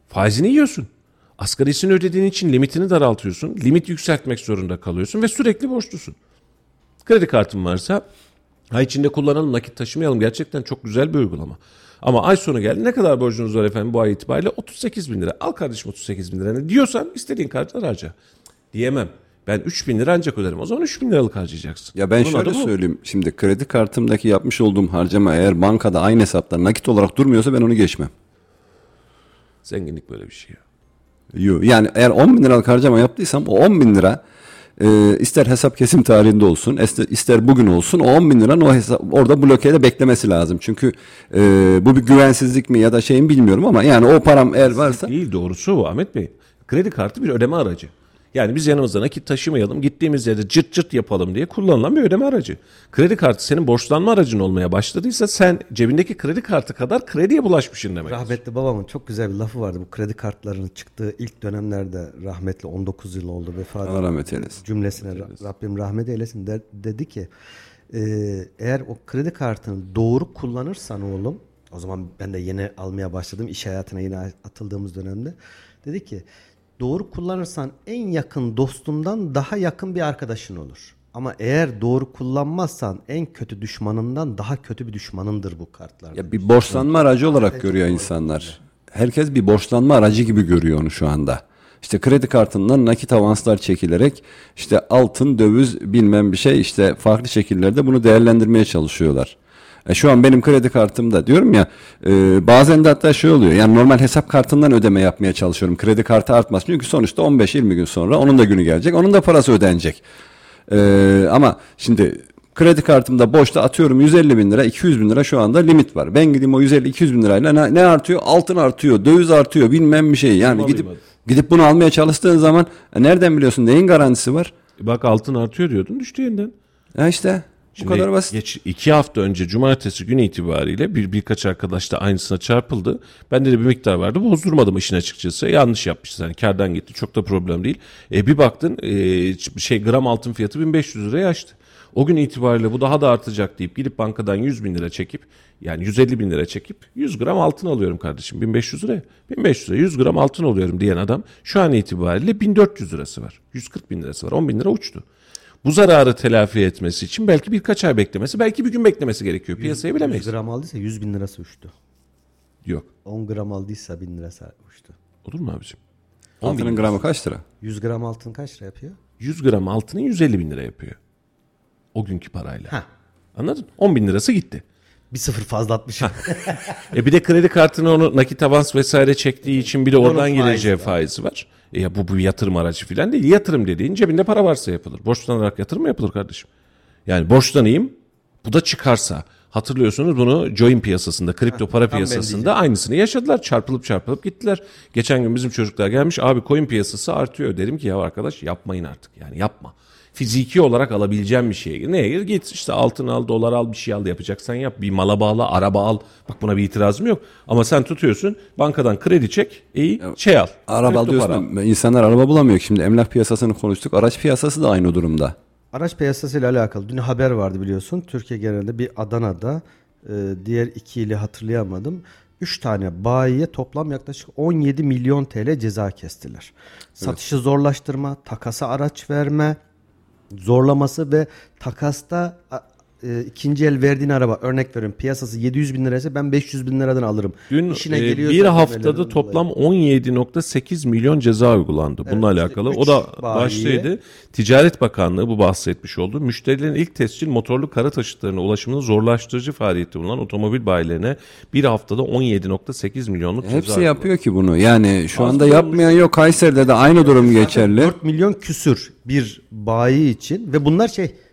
Faizini yiyorsun. Asgarisini ödediğin için limitini daraltıyorsun. Limit yükseltmek zorunda kalıyorsun ve sürekli borçlusun. Kredi kartın varsa ay içinde kullanalım, nakit taşımayalım. Gerçekten çok güzel bir uygulama. Ama ay sonu geldi. Ne kadar borcunuz var efendim bu ay itibariyle? 38 bin lira. Al kardeşim 38 bin lira. Ne diyorsan istediğin kartlar harca. Diyemem. Ben 3 bin lira ancak öderim. O zaman 3 bin liralık harcayacaksın. Ya ben Bunun şöyle adı bu. söyleyeyim. Şimdi kredi kartımdaki yapmış olduğum harcama eğer bankada aynı hesapta nakit olarak durmuyorsa ben onu geçmem. Zenginlik böyle bir şey. Yani eğer 10 bin liralık harcama yaptıysam o 10 bin lira ister hesap kesim tarihinde olsun ister bugün olsun o 10 bin liranın o hesap, orada blokede beklemesi lazım. Çünkü bu bir güvensizlik mi ya da şeyin bilmiyorum ama yani o param eğer varsa. Değil, doğrusu bu Ahmet Bey. Kredi kartı bir ödeme aracı. Yani biz yanımızda nakit taşımayalım, gittiğimiz yerde cırt cırt yapalım diye kullanılan bir ödeme aracı. Kredi kartı senin borçlanma aracın olmaya başladıysa sen cebindeki kredi kartı kadar krediye bulaşmışsın demek. Rahmetli babamın çok güzel bir lafı vardı. Bu kredi kartlarının çıktığı ilk dönemlerde, rahmetli 19 yıl oldu vefat. Allah rahmet eylesin. Cümlesine Rabbim rahmet eylesin dedi ki eğer o kredi kartını doğru kullanırsan oğlum, o zaman ben de yeni almaya başladım iş hayatına yeni atıldığımız dönemde, dedi ki doğru kullanırsan en yakın dostundan daha yakın bir arkadaşın olur. Ama eğer doğru kullanmazsan en kötü düşmanından daha kötü bir düşmanındır bu kartlar. Ya bir borçlanma aracı olarak görüyor insanlar. Herkes bir borçlanma aracı gibi görüyor onu şu anda. İşte kredi kartından nakit avanslar çekilerek işte altın, döviz bilmem bir şey işte farklı şekillerde bunu değerlendirmeye çalışıyorlar. Şu an benim kredi kartımda diyorum ya bazen de hatta şey oluyor yani normal hesap kartından ödeme yapmaya çalışıyorum. Kredi kartı artmaz çünkü sonuçta 15-20 gün sonra onun da günü gelecek onun da parası ödenecek. Ama şimdi kredi kartımda boşta atıyorum 150 bin lira 200 bin lira şu anda limit var. Ben gideyim o 150-200 bin lirayla ne artıyor? Altın artıyor, döviz artıyor bilmem bir şey yani gidip bunu almaya çalıştığın zaman nereden biliyorsun neyin garantisi var? Bak altın artıyor diyordun, düştü yeniden. Ya işte bu Şimdi kadar basit. 2 hafta önce cumartesi günü itibariyle birkaç arkadaş da aynısına çarpıldı. Bende de bir miktar vardı. Bozdurmadım işin açıkçası. Yanlış yapmışız. Yani kârdan gitti. Çok da problem değil. Bir baktın gram altın fiyatı 1500 liraya aştı. O gün itibariyle bu daha da artacak deyip gidip bankadan 100 bin lira çekip yani 150 bin lira çekip 100 gram altın alıyorum kardeşim 1500 liraya. 1500 liraya 100 gram altın alıyorum diyen adam şu an itibariyle 1400 lirası var. 140 bin lirası var. 10 bin lira uçtu. Bu zararı telafi etmesi için belki birkaç ay beklemesi, belki bir gün beklemesi gerekiyor. Piyasayı bilemeyiz. 100 gram aldıysa 100 bin lirası uçtu. Yok. 10 gram aldıysa 1000 lirası uçtu. Olur mu abicim? Altının gramı kaç lira? 100 gram altın kaç lira yapıyor? 100 gram altının 150 bin lira yapıyor. O günkü parayla. Heh. Anladın? 10 bin lirası gitti. Bir sıfır fazla atmışım. Bir de kredi kartını onu nakit avans vesaire çektiği için bir de oradan Onun geleceği faizi var. Ya bu bir yatırım aracı falan değil. Yatırım dediğin cebinde para varsa yapılır. Borçlanarak yatırım mı yapılır kardeşim? Yani borçlanayım bu da çıkarsa. Hatırlıyorsunuz bunu coin piyasasında, kripto para piyasasında aynısını yaşadılar. Çarpılıp gittiler. Geçen gün bizim çocuklar gelmiş abi coin piyasası artıyor. Dedim ki ya arkadaş yapmayın artık yani yapma. Fiziki olarak alabileceğim bir şeye. Neye gir? Git işte altın al, dolar al, bir şey al yapacaksan yap. Bir mala bağla, araba al. Bak buna bir itirazım yok. Ama sen tutuyorsun bankadan kredi çek, al. Araba alıyorsun. İnsanlar araba bulamıyor. Şimdi emlak piyasasını konuştuk. Araç piyasası da aynı durumda. Araç piyasasıyla alakalı dün haber vardı biliyorsun. Türkiye genelinde bir Adana'da diğer iki ili hatırlayamadım. 3 tane bayiye toplam yaklaşık 17 milyon TL ceza kestiler. Satışı zorlaştırma, takasa araç verme, zorlaması ve takasta ikinci el verdiğin araba örnek veriyorum piyasası 700 bin liraysa ben 500 bin liradan alırım. Dün bir haftada toplam 17.8 milyon ceza uygulandı. Bununla işte alakalı. O da başlıydı. Ticaret Bakanlığı bu bahsetmiş oldu. Müşterilerin ilk tescil motorlu kara taşıtlarına ulaşımının zorlaştırıcı faaliyeti bulunan otomobil bayilerine bir haftada 17.8 milyonluk ceza Hepsi uygulandı. yapıyor ki bunu. Yani şu anda yapmayan yok. Kayseri'de de aynı durum geçerli. 4 milyon küsür bir bayi için ve bunlar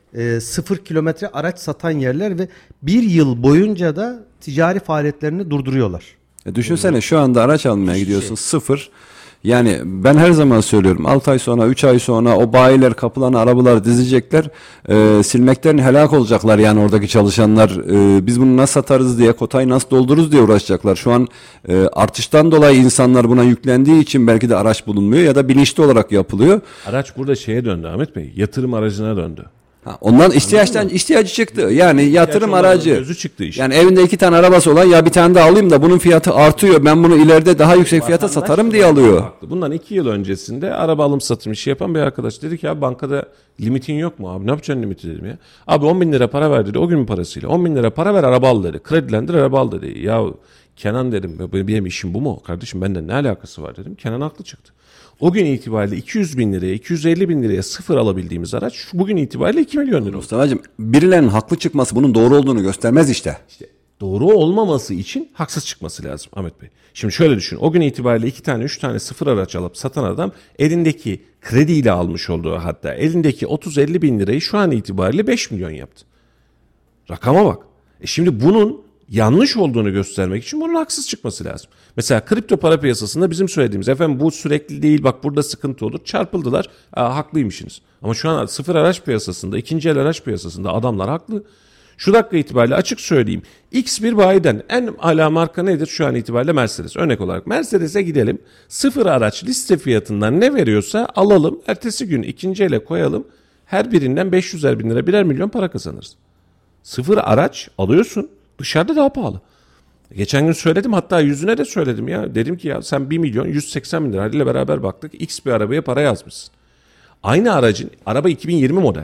0 kilometre araç satan yerler ve bir yıl boyunca da ticari faaliyetlerini durduruyorlar. Düşünsene şu anda araç almaya gidiyorsun sıfır. Yani ben her zaman söylüyorum 6 ay sonra 3 ay sonra o bayiler kapılarına arabalar dizecekler. Silmekten helak olacaklar yani oradaki çalışanlar. Biz bunu nasıl satarız diye kotayı nasıl doldururuz diye uğraşacaklar. Şu an artıştan dolayı insanlar buna yüklendiği için belki de araç bulunmuyor ya da bilinçli olarak yapılıyor. Araç burada şeye döndü Ahmet Bey. Yatırım aracına döndü. Ondan ihtiyacı çıktı. Yani yatırım olanın aracı. gözü çıktı işte. Yani evinde 2 tane arabası olan ya bir tane daha alayım da bunun fiyatı artıyor. Ben bunu ileride daha yüksek fiyata satarım diye alıyor. Haklı. Bundan 2 yıl öncesinde araba alım satım işi yapan bir arkadaş dedi ki abi bankada limitin yok mu abi? Ne yapacaksın limiti dedim ya. Abi 10 bin lira para ver dedi o günün parasıyla. 10 bin lira para ver araba al dedi. Kredilendir araba al dedi. Ya Kenan dedim benim işim bu mu? Kardeşim benden ne alakası var dedim. Kenan haklı çıktı. O gün itibariyle 200 bin liraya 250 bin liraya sıfır alabildiğimiz araç bugün itibariyle 2 milyon lira. Mustafa'cığım birilerinin haklı çıkması bunun doğru olduğunu göstermez işte. Doğru olmaması için haksız çıkması lazım Ahmet Bey. Şimdi şöyle düşün. O gün itibariyle 2 tane 3 tane sıfır araç alıp satan adam elindeki krediyle almış olduğu hatta elindeki 30-50 bin lirayı şu an itibariyle 5 milyon yaptı. Rakama bak. Şimdi bunun yanlış olduğunu göstermek için bunun haksız çıkması lazım. Mesela kripto para piyasasında bizim söylediğimiz efendim bu sürekli değil bak burada sıkıntı olur. Çarpıldılar. Haklıymışsınız. Ama şu an sıfır araç piyasasında, ikinci el araç piyasasında adamlar haklı. Şu dakika itibariyle açık söyleyeyim. X bir bayiden en ala marka nedir şu an itibariyle? Mercedes. Örnek olarak Mercedes'e gidelim. Sıfır araç liste fiyatından ne veriyorsa alalım. Ertesi gün ikinci ele koyalım. Her birinden 500'er bin lira birer milyon para kazanırız. Sıfır araç alıyorsun. Dışarıda daha pahalı. Geçen gün söyledim hatta yüzüne de söyledim ya. Dedim ki ya sen 1 milyon 180 bin lira ile beraber baktık. X bir arabaya para yazmışsın. Aynı aracın, araba 2020 model.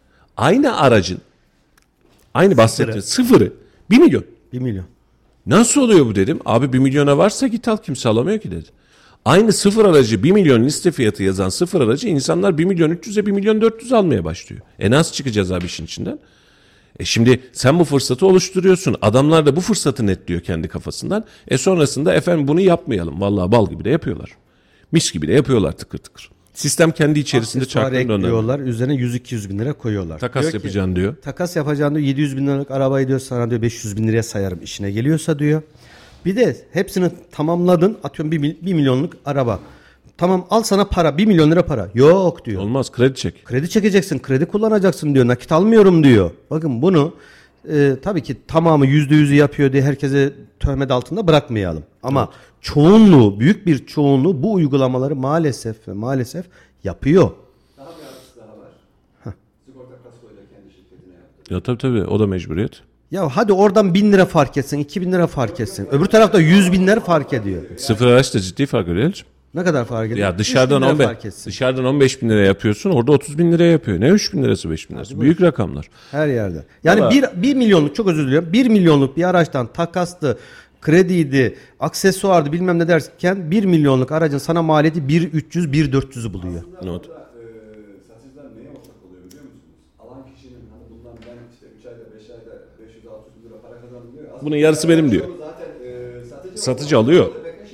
Aynı bahsettiğin sıfırı 1 milyon. 1 milyon. Nasıl oluyor bu dedim. Abi 1 milyona varsa git al kimse alamıyor ki dedi. Aynı sıfır aracı 1 milyon liste fiyatı yazan sıfır aracı insanlar 1 milyon 300'e 1 milyon 400 almaya başlıyor. Nasıl çıkacağız abi işin içinden? Şimdi sen bu fırsatı oluşturuyorsun. Adamlar da bu fırsatı netliyor kendi kafasından. Sonrasında efendim bunu yapmayalım. Vallahi bal gibi de yapıyorlar. Mis gibi de yapıyorlar tıkır tıkır. Sistem kendi içerisinde çarkını ekliyorlar. Üzerine 100-200 bin lira koyuyorlar. Takas diyor yapacaksın diyor. Takas yapacaksın diyor. 700 bin liralık arabayı diyor sana diyor 500 bin liraya sayarım işine geliyorsa diyor. Bir de hepsini tamamladın. Atıyorum 1 milyonluk araba. Tamam al sana para 1 milyon lira para. Yok diyor. Olmaz kredi çek. Kredi çekeceksin, kredi kullanacaksın diyor. Nakit almıyorum diyor. Bakın bunu tabii ki tamamı %100'ü yapıyor diye herkese töhmet altında bırakmayalım. Ama çoğunluğu, büyük bir çoğunluğu bu uygulamaları maalesef yapıyor. Daha bir artısı daha var. Sigorta kaskoyla kendi şirketine yaptı. Ya tabii o da mecburiyet. Ya hadi oradan 1000 lira fark etsin, 2000 lira fark etsin. Öbür tarafta 100 binler fark ediyor. Sıfır araç da ciddi fark ediyor. Ne kadar fark ediyor? Ya dışarıdan 15 bin lira yapıyorsun orada 30 bin liraya yapıyor. Ne 3 bin lirası 5 bin lirası. Büyük rakamlar. Her yerde. Yani Ama 1 milyonluk çok özür diliyorum. 1 milyonluk bir araçtan takastı, krediydi, aksesuardı bilmem ne derken 1 milyonluk aracın sana maliyeti 1.300-1.400'ü buluyor. Not. Satıcılar neye ortak oluyor biliyor musunuz? Alan kişinin hani bundan ben işte 3 ayda 5 ayda 500-600 bin lira para kazandım diyor. Aslında Bunun yarısı benim diyor. zaten Satıcı alıyor.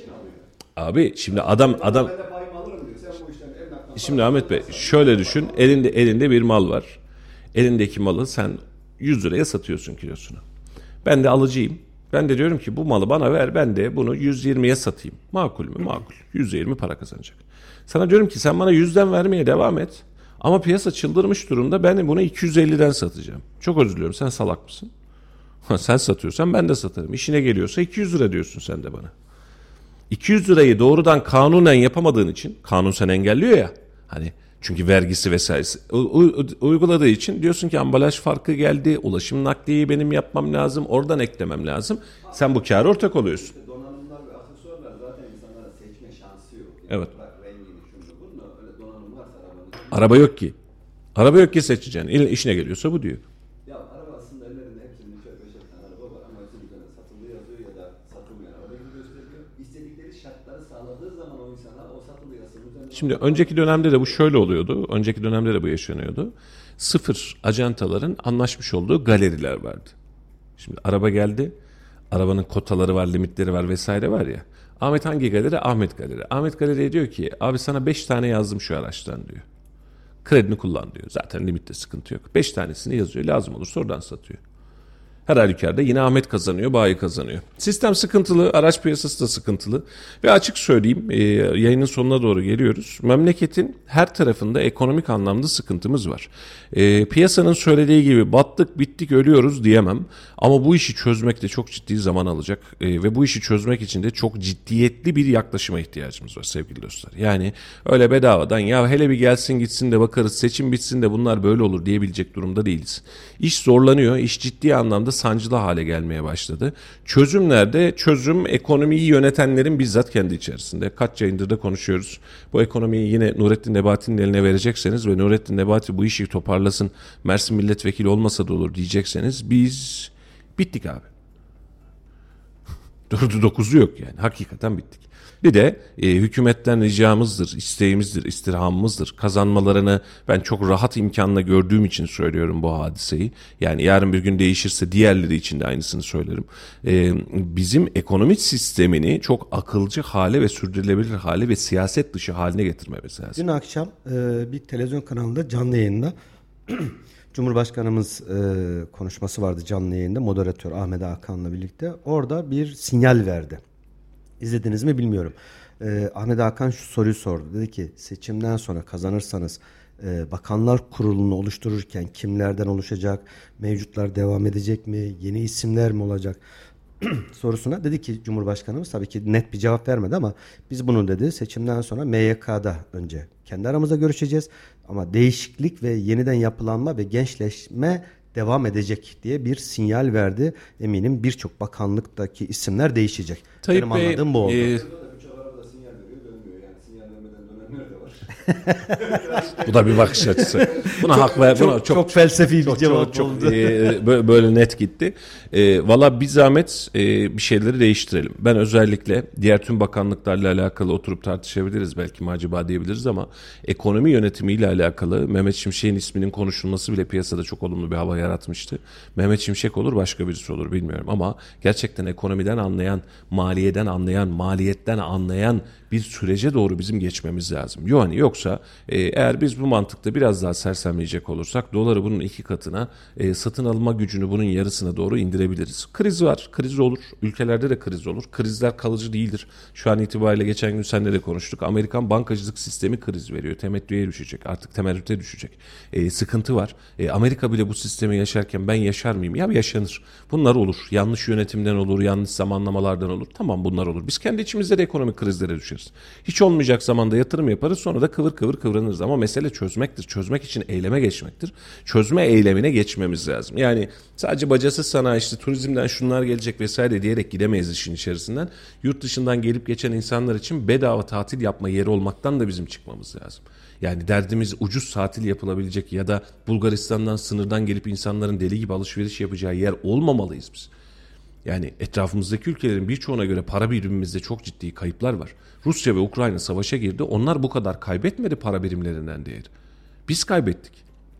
Abi şimdi adam ben de payımı alırım diyor. Sen bu işten emlaktan şimdi Ahmet Bey şöyle düşün. Elinde bir mal var. Elindeki malı sen 100 liraya satıyorsun kilosunu. Ben de alıcıyım. Ben de diyorum ki bu malı bana ver ben de bunu 120'ye satayım. Makul mü? Makul. 120 para kazanacak. Sana diyorum ki sen bana 100'den vermeye devam et. Ama piyasa çıldırmış durumda ben bunu 250'den satacağım. Çok özür diliyorum sen salak mısın? Sen satıyorsan ben de satarım. İşine geliyorsa 200 lira diyorsun sen de bana. 200 lirayı doğrudan kanunen yapamadığın için kanun seni engelliyor ya. Hani çünkü vergisi vesairesi uyguladığı için diyorsun ki ambalaj farkı geldi. Ulaşım nakliyeyi benim yapmam lazım. Oradan eklemem lazım. Sen bu kâra ortak oluyorsun. donanımlar ve aksesuarlar zaten insanlara seçme şansı yok. Evet. Bak rengini şunu bunu öyle donanım varsa arabanın. Araba yok ki. Araba yok ki seçeceksin. İşine geliyorsa bu diyor. Ya araba aslında ellerinde hepsinin 3-5 tane araba var ama hepsinin üzerine satıldı yazıyor ya da satılmayan araba gibi gösteriyor. İstedikleri şartları sağladığı zaman o insana o satılı yazının üzerine... Şimdi önceki dönemde de bu şöyle oluyordu. Önceki dönemde de bu yaşanıyordu. Sıfır ajantaların anlaşmış olduğu galeriler vardı. Şimdi araba geldi. Arabanın kotaları var, limitleri var vesaire var ya. Ahmet hangi galeri? Ahmet Galeri. Ahmet Galeri'ye diyor ki abi sana 5 tane yazdım şu araçtan diyor. Kredini kullan diyor. Zaten limitte sıkıntı yok. 5 tanesini yazıyor. Lazım olursa oradan satıyor. Her halükarda yine Ahmet kazanıyor, bayi kazanıyor. Sistem sıkıntılı, araç piyasası da sıkıntılı. Ve açık söyleyeyim, yayının sonuna doğru geliyoruz. Memleketin her tarafında ekonomik anlamda sıkıntımız var. Piyasanın söylediği gibi battık, bittik, ölüyoruz diyemem. Ama bu işi çözmek de çok ciddi zaman alacak. Ve bu işi çözmek için de çok ciddiyetli bir yaklaşıma ihtiyacımız var sevgili dostlar. Yani öyle bedavadan ya hele bir gelsin gitsin de bakarız, seçim bitsin de bunlar böyle olur diyebilecek durumda değiliz. İş zorlanıyor, iş ciddi anlamda sancılı hale gelmeye başladı. Çözüm nerede? Çözüm ekonomiyi yönetenlerin bizzat kendi içerisinde. Kaç yayındır da konuşuyoruz. Bu ekonomiyi yine Nurettin Nebati'nin eline verecekseniz ve Nurettin Nebati bu işi toparlasın, Mersin milletvekili olmasa da olur diyecekseniz biz bittik abi. 4'ü 9'u yok yani. Hakikaten bittik. Bir de hükümetten ricamızdır, isteğimizdir, istirhamımızdır. Kazanmalarını ben çok rahat imkanla gördüğüm için söylüyorum bu hadiseyi. Yani yarın bir gün değişirse diğerleri için de aynısını söylerim. Bizim ekonomik sistemini çok akılcı hale ve sürdürülebilir hale ve siyaset dışı haline getirmemiz lazım. Dün akşam bir televizyon kanalında canlı yayında Cumhurbaşkanımız konuşması vardı canlı yayında. Moderatör Ahmet Hakan'la birlikte. Orada bir sinyal verdi. İzlediniz mi bilmiyorum. Ahmet Hakan şu soruyu sordu. Dedi ki seçimden sonra kazanırsanız bakanlar kurulunu oluştururken kimlerden oluşacak? Mevcutlar devam edecek mi? Yeni isimler mi olacak? Sorusuna dedi ki Cumhurbaşkanımız tabii ki net bir cevap vermedi ama biz bunu dedi seçimden sonra MYK'da önce kendi aramızda görüşeceğiz ama değişiklik ve yeniden yapılanma ve gençleşme devam edecek diye bir sinyal verdi. Eminim birçok bakanlıktaki isimler değişecek. Tayyip Benim Bey, anladığım bu oldu. Bu da bir bakış açısı. Buna hak ver. Çok felsefi bir cevap oldu. Böyle net gitti. Valla bir zahmet bir şeyleri değiştirelim. Ben özellikle diğer tüm bakanlıklarla alakalı oturup tartışabiliriz. Belki acaba diyebiliriz ama ekonomi yönetimiyle alakalı Mehmet Şimşek'in isminin konuşulması bile piyasada çok olumlu bir hava yaratmıştı. Mehmet Şimşek olur başka birisi olur bilmiyorum ama gerçekten ekonomiden anlayan, maliyeden anlayan, maliyetten anlayan bir sürece doğru bizim geçmemiz lazım. Yoksa eğer biz bu mantıkta biraz daha sersemleyecek olursak doları bunun 2 katına, satın alma gücünü bunun yarısına doğru indirebiliriz. Kriz var, kriz olur. Ülkelerde de kriz olur. Krizler kalıcı değildir. Şu an itibariyle geçen gün seninle de konuştuk. Amerikan bankacılık sistemi kriz veriyor. Temettüye düşecek. Artık temerrüte düşecek. Sıkıntı var. Amerika bile bu sistemi yaşarken ben yaşar mıyım? Ya yaşanır. Bunlar olur. Yanlış yönetimden olur, yanlış zamanlamalardan olur. Tamam bunlar olur. Biz kendi içimizde de ekonomik krizlere düşeriz. Hiç olmayacak zamanda yatırım yaparız sonra da kıvır kıvır kıvranırız. Ama mesele çözmektir. Çözmek için eyleme geçmektir. Çözme eylemine geçmemiz lazım. Yani sadece bacasız sanayi işte turizmden şunlar gelecek vesaire diyerek gidemeyiz işin içerisinden. Yurt dışından gelip geçen insanlar için bedava tatil yapma yeri olmaktan da bizim çıkmamız lazım. Yani derdimiz ucuz tatil yapılabilecek ya da Bulgaristan'dan sınırdan gelip insanların deli gibi alışveriş yapacağı yer olmamalıyız biz. Yani etrafımızdaki ülkelerin birçoğuna göre para birimimizde çok ciddi kayıplar var. Rusya ve Ukrayna savaşa girdi. Onlar bu kadar kaybetmedi para birimlerinden değeri. Biz kaybettik.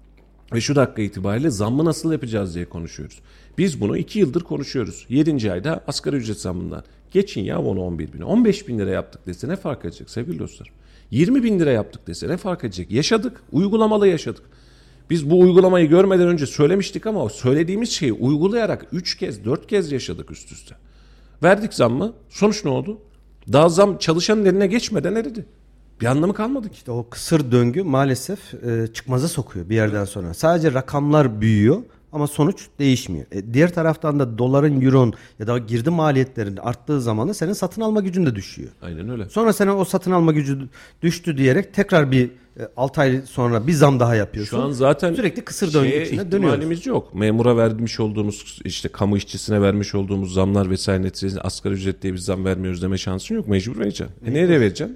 Ve şu dakika itibariyle zammı nasıl yapacağız diye konuşuyoruz. Biz bunu 2 yıldır konuşuyoruz. 7. ayda asgari ücret zammından. Geçin ya onu 11 bin. 15 bin lira yaptık dese ne fark edecek sevgili dostlar? 20 bin lira yaptık dese ne fark edecek? Yaşadık. Uygulamalı yaşadık. Biz bu uygulamayı görmeden önce söylemiştik ama söylediğimiz şeyi uygulayarak 3 kez 4 kez yaşadık üst üste. Verdik zammı. Sonuç ne oldu? Daha zam çalışanın eline geçmeden eridi. Bir anlamı kalmadı ki. İşte o kısır döngü maalesef çıkmaza sokuyor bir yerden sonra. Sadece rakamlar büyüyor ama sonuç değişmiyor. Diğer taraftan da doların, euron ya da girdi maliyetlerin arttığı zaman da senin satın alma gücün de düşüyor. Aynen öyle. Sonra senin o satın alma gücü düştü diyerek tekrar bir 6 ay sonra bir zam daha yapıyorsun. Şu an zaten sürekli kısır döngü içinde dönüyoruz. İhtimalimiz yok. Memura vermiş olduğumuz işte kamu işçisine vermiş olduğumuz zamlar vesaire neticesinde asgari ücret diye bir zam vermiyoruz deme şansın yok. Mecbur vereceksin. Nereye vereceksin?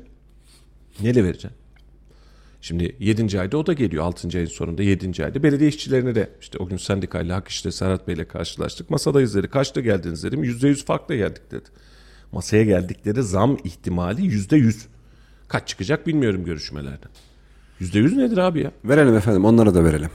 Neyle vereceksin? Şimdi 7. ayda o da geliyor. 6. ayın sonunda 7. ayda. Belediye işçilerine de işte o gün sendikayla Hak İş'te Serhat Bey'le karşılaştık. Masadayız dedi. Kaçta geldiniz dedim. %100 farkla geldik dedi. Masaya geldikleri zam ihtimali %100. Kaç çıkacak bilmiyorum görüşmelerden. %100 nedir abi ya? Verelim efendim, onlara da verelim.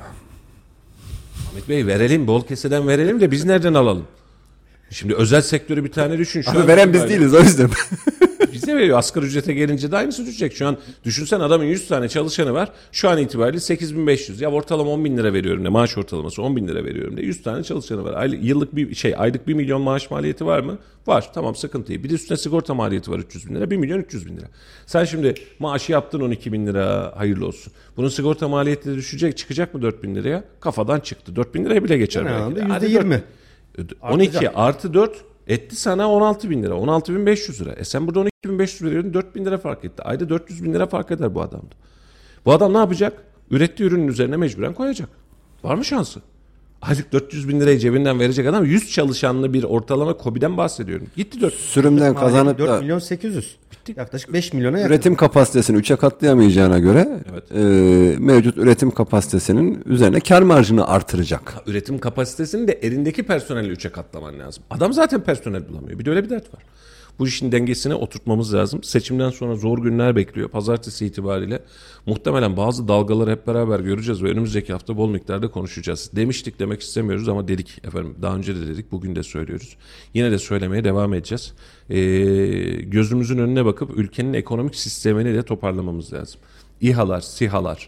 Ahmet Bey verelim, bol keseden verelim de biz nereden alalım? Şimdi özel sektörü bir tane düşün. Abi veren biz değiliz o yüzden. bize veriyor. Asgari ücrete gelince de aynısı düşecek. Şu an düşünsen adamın 100 tane çalışanı var. Şu an itibariyle 8.500. Ya ortalama 10 bin lira veriyorum de. Maaş ortalaması 10 bin lira veriyorum de. 100 tane çalışanı var. Aylık 1 milyon maaş maliyeti var mı? Var. Tamam, sıkıntı değil. Bir de üstüne sigorta maliyeti var 300 bin lira. 1 milyon 300 bin lira. Sen şimdi maaşı yaptın 12 bin lira, hayırlı olsun. Bunun sigorta maliyeti de düşecek, çıkacak mı 4 bin liraya? Kafadan çıktı. 4 bin liraya bile geçer. %20. 12 artı 4 etti sana 16 bin lira. 16 bin 500 lira. Sen burada 12 bin 500 veriyordun, 4 bin lira fark etti. Ayda 400 bin lira fark eder bu adamda. Bu adam ne yapacak? Ürettiği ürünün üzerine mecburen koyacak. Var mı şansı? Aylık 400 bin lirayı cebinden verecek adam, 100 çalışanlı bir ortalama KOBİ'den bahsediyorum. Gitti 4. Sürümden kazanıp 4 da milyon 800. Yaklaşık 5 milyona yakın. üretim kapasitesini 3'e katlayamayacağına göre mevcut üretim kapasitesinin üzerine kar marjını artıracak. Üretim kapasitesini de elindeki personeli 3'e katlaman lazım. Adam zaten personel bulamıyor. Bir de öyle bir dert var. Bu işin dengesine oturtmamız lazım. Seçimden sonra zor günler bekliyor. Pazartesi itibariyle muhtemelen bazı dalgaları hep beraber göreceğiz ve önümüzdeki hafta bol miktarda konuşacağız. Demiştik demek istemiyoruz ama dedik efendim. Daha önce de dedik, bugün de söylüyoruz. Yine de söylemeye devam edeceğiz. Gözümüzün önüne bakıp ülkenin ekonomik sistemini de toparlamamız lazım. İHA'lar, SİHA'lar,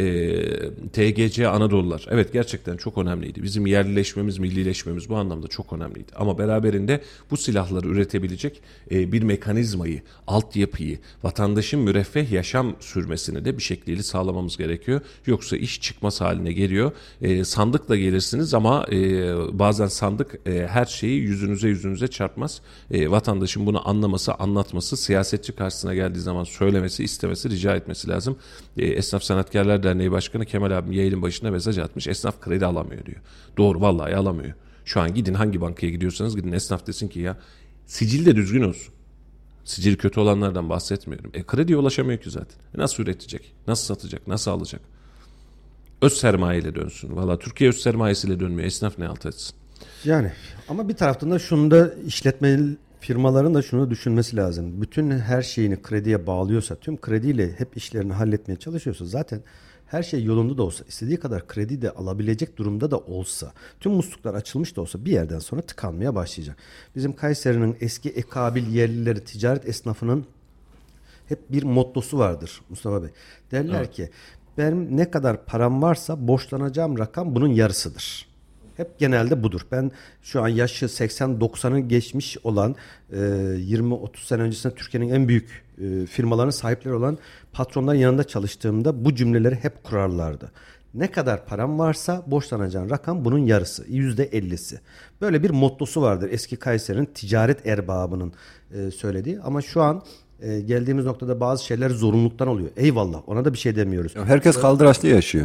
TGC Anadolular. Evet, gerçekten çok önemliydi. Bizim yerlileşmemiz, millileşmemiz bu anlamda çok önemliydi. Ama beraberinde bu silahları üretebilecek bir mekanizmayı, altyapıyı, vatandaşın müreffeh yaşam sürmesini de bir şekliyle sağlamamız gerekiyor. Yoksa iş çıkmaz haline geliyor. Sandıkla gelirsiniz ama bazen sandık her şeyi yüzünüze çarpmaz. Vatandaşın bunu anlaması, anlatması, siyasetçi karşısına geldiği zaman söylemesi, istemesi, rica etmesi lazım. Esnaf Sanatkarlar Derneği Başkanı Kemal abim yayının başına mesaj atmış. Esnaf kredi alamıyor diyor. Doğru, vallahi alamıyor. Şu an gidin, hangi bankaya gidiyorsanız gidin, esnaf desin ki ya sicil de düzgün olsun. Sicil kötü olanlardan bahsetmiyorum. Krediye ulaşamıyor ki zaten. Nasıl üretecek? Nasıl satacak? Nasıl alacak? Öz sermayeyle dönsün. Vallahi Türkiye öz sermayesiyle dönmüyor. Esnaf ne halt etsin? Yani ama bir taraftan da şunu da işletme firmaların da şunu düşünmesi lazım. Bütün her şeyini krediye bağlıyorsa, tüm krediyle hep işlerini halletmeye çalışıyorsa, zaten her şey yolunda da olsa, istediği kadar kredi de alabilecek durumda da olsa, tüm musluklar açılmış da olsa bir yerden sonra tıkanmaya başlayacak. Bizim Kayseri'nin eski ekabil yerlileri, ticaret esnafının hep bir mottosu vardır Mustafa Bey. Derler ki benim ne kadar param varsa borçlanacağım rakam bunun yarısıdır. Hep genelde budur. Ben şu an yaşı 80-90'ı geçmiş olan 20-30 sene öncesinde Türkiye'nin en büyük firmaların sahipleri olan patronların yanında çalıştığımda bu cümleleri hep kurarlardı. Ne kadar param varsa borçlanacağın rakam bunun yarısı, %50'si. Böyle bir mottosu vardır eski Kayseri'nin ticaret erbabının söylediği. Ama şu an geldiğimiz noktada bazı şeyler zorunluluktan oluyor. Eyvallah, ona da bir şey demiyoruz. Herkes kaldıraçlı yaşıyor.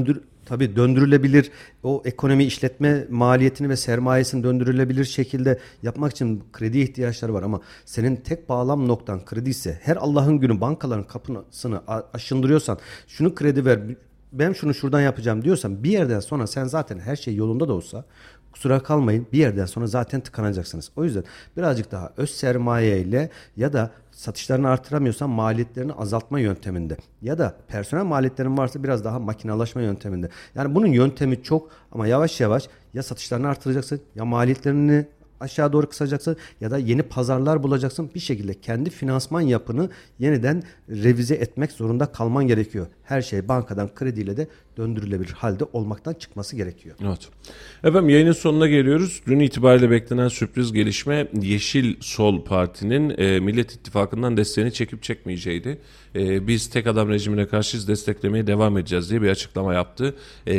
Tabii döndürülebilir, o ekonomi işletme maliyetini ve sermayesini döndürülebilir şekilde yapmak için kredi ihtiyaçları var, ama senin tek bağlam noktan kredi ise, her Allah'ın günü bankaların kapısını aşındırıyorsan, şunu kredi ver, ben şunu şuradan yapacağım diyorsan, bir yerden sonra sen zaten her şey yolunda da olsa, kusura kalmayın, bir yerden sonra zaten tıkanacaksınız. O yüzden birazcık daha öz sermayeyle ya da satışlarını artıramıyorsan maliyetlerini azaltma yönteminde ya da personel maliyetlerin varsa biraz daha makinalaşma yönteminde. Yani bunun yöntemi çok, ama yavaş yavaş ya satışlarını artıracaksın ya maliyetlerini aşağı doğru kısacaksın ya da yeni pazarlar bulacaksın. Bir şekilde kendi finansman yapını yeniden revize etmek zorunda kalman gerekiyor. Her şey bankadan krediyle de döndürülebilir halde olmaktan çıkması gerekiyor. Evet. Efendim, yayının sonuna geliyoruz. Dün itibariyle beklenen sürpriz gelişme, Yeşil Sol Parti'nin Millet İttifakı'ndan desteğini çekip çekmeyeceğiydi. Biz tek adam rejimine karşıyız, desteklemeye devam edeceğiz diye bir açıklama yaptı.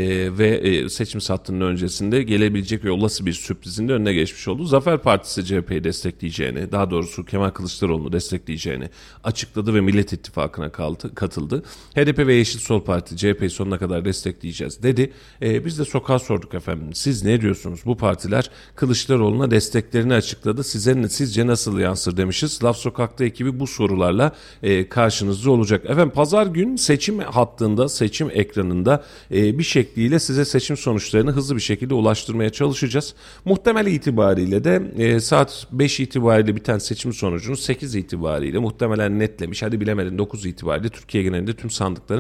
Ve seçim sattığının öncesinde gelebilecek ve olası bir sürprizin de önüne geçmiş oldu. Zafer Partisi CHP'yi destekleyeceğini, daha doğrusu Kemal Kılıçdaroğlu'nu destekleyeceğini açıkladı ve Millet İttifakı'na katıldı. HDP ve Yeşil Sol Parti CHP'yi sonuna kadar destekleyeceğiz dedi. Biz de sokağa sorduk efendim. Siz ne diyorsunuz? Bu partiler Kılıçdaroğlu'na desteklerini açıkladı. Sizce nasıl yansır demişiz. Laf Sokak'ta ekibi bu sorularla karşınızda olacak. Efendim, pazar gün seçim hattında, seçim ekranında bir şekliyle size seçim sonuçlarını hızlı bir şekilde ulaştırmaya çalışacağız. Muhtemel itibariyle de saat 5 itibariyle biten seçim sonucunu 8 itibariyle muhtemelen netlemiş. Hadi bilemedin 9 itibariyle Türkiye genelinde tüm sandıkların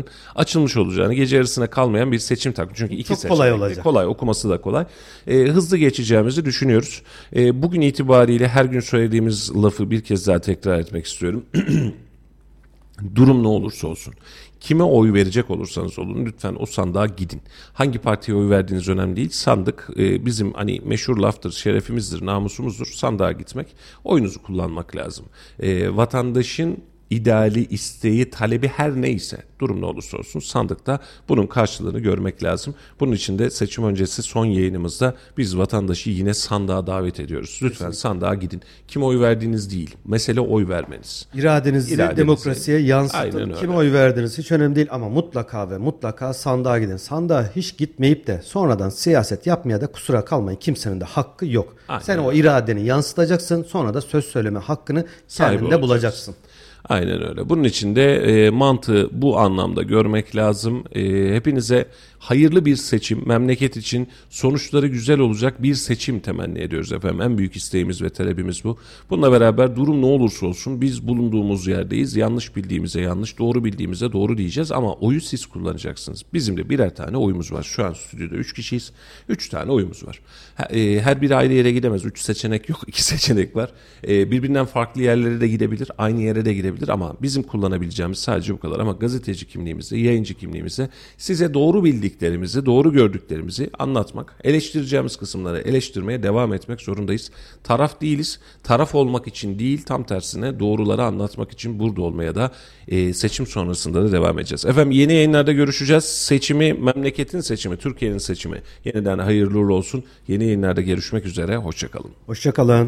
sandıkların açılmış olacağını, gece yarısına kalmayan bir seçim takvimi. Çünkü iki Çok seçenek kolay de olacak. kolay, okuması da kolay. Hızlı geçeceğimizi düşünüyoruz. Bugün itibariyle her gün söylediğimiz lafı bir kez daha tekrar etmek istiyorum. Durum ne olursa olsun, kime oy verecek olursanız olun lütfen o sandığa gidin. Hangi partiye oy verdiğiniz önemli değil. Sandık bizim hani meşhur laftır, şerefimizdir, namusumuzdur. Sandığa gitmek, oyunuzu kullanmak lazım. Vatandaşın ideali, isteği, talebi her neyse, durum ne olursa olsun sandıkta bunun karşılığını görmek lazım. Bunun için de seçim öncesi son yayınımızda biz vatandaşı yine sandığa davet ediyoruz. Lütfen sandığa gidin. Kime oy verdiğiniz değil, mesele oy vermeniz. İradenizi demokrasiye Aynen yansıtın. öyle. Kime oy verdiniz hiç önemli değil ama mutlaka ve mutlaka sandığa gidin. Sandığa hiç gitmeyip de sonradan siyaset yapmaya da kusura kalmayın. Kimsenin de hakkı yok. Aynen. Sen o iradeni yansıtacaksın, sonra da söz söyleme hakkını Sahibi kendinde olacaksın. bulacaksın. Aynen öyle. Bunun için de mantığı bu anlamda görmek lazım. Hepinize hayırlı bir seçim, memleket için sonuçları güzel olacak bir seçim temenni ediyoruz efendim. En büyük isteğimiz ve talebimiz bu. Bununla beraber durum ne olursa olsun biz bulunduğumuz yerdeyiz. Yanlış bildiğimize yanlış, doğru bildiğimize doğru diyeceğiz ama oyu siz kullanacaksınız. Bizim de birer tane oyumuz var. Şu an stüdyoda 3 kişiyiz. 3 tane oyumuz var. Her biri ayrı yere gidemez. 3 seçenek yok. 2 seçenek var. Birbirinden farklı yerlere de gidebilir. Aynı yere de gidebilir ama bizim kullanabileceğimiz sadece bu kadar. Ama gazeteci kimliğimizde, yayıncı kimliğimizde size doğru bildiklerimizi, doğru gördüklerimizi anlatmak, eleştireceğimiz kısımları eleştirmeye devam etmek zorundayız. Taraf değiliz. Taraf olmak için değil, tam tersine doğruları anlatmak için burada olmaya da seçim sonrasında da devam edeceğiz. Efendim yeni yayınlarda görüşeceğiz. Seçimi, memleketin seçimi, Türkiye'nin seçimi yeniden hayırlı uğurlu olsun. Yeni yayınlarda görüşmek üzere. Hoşçakalın. Hoşçakalın.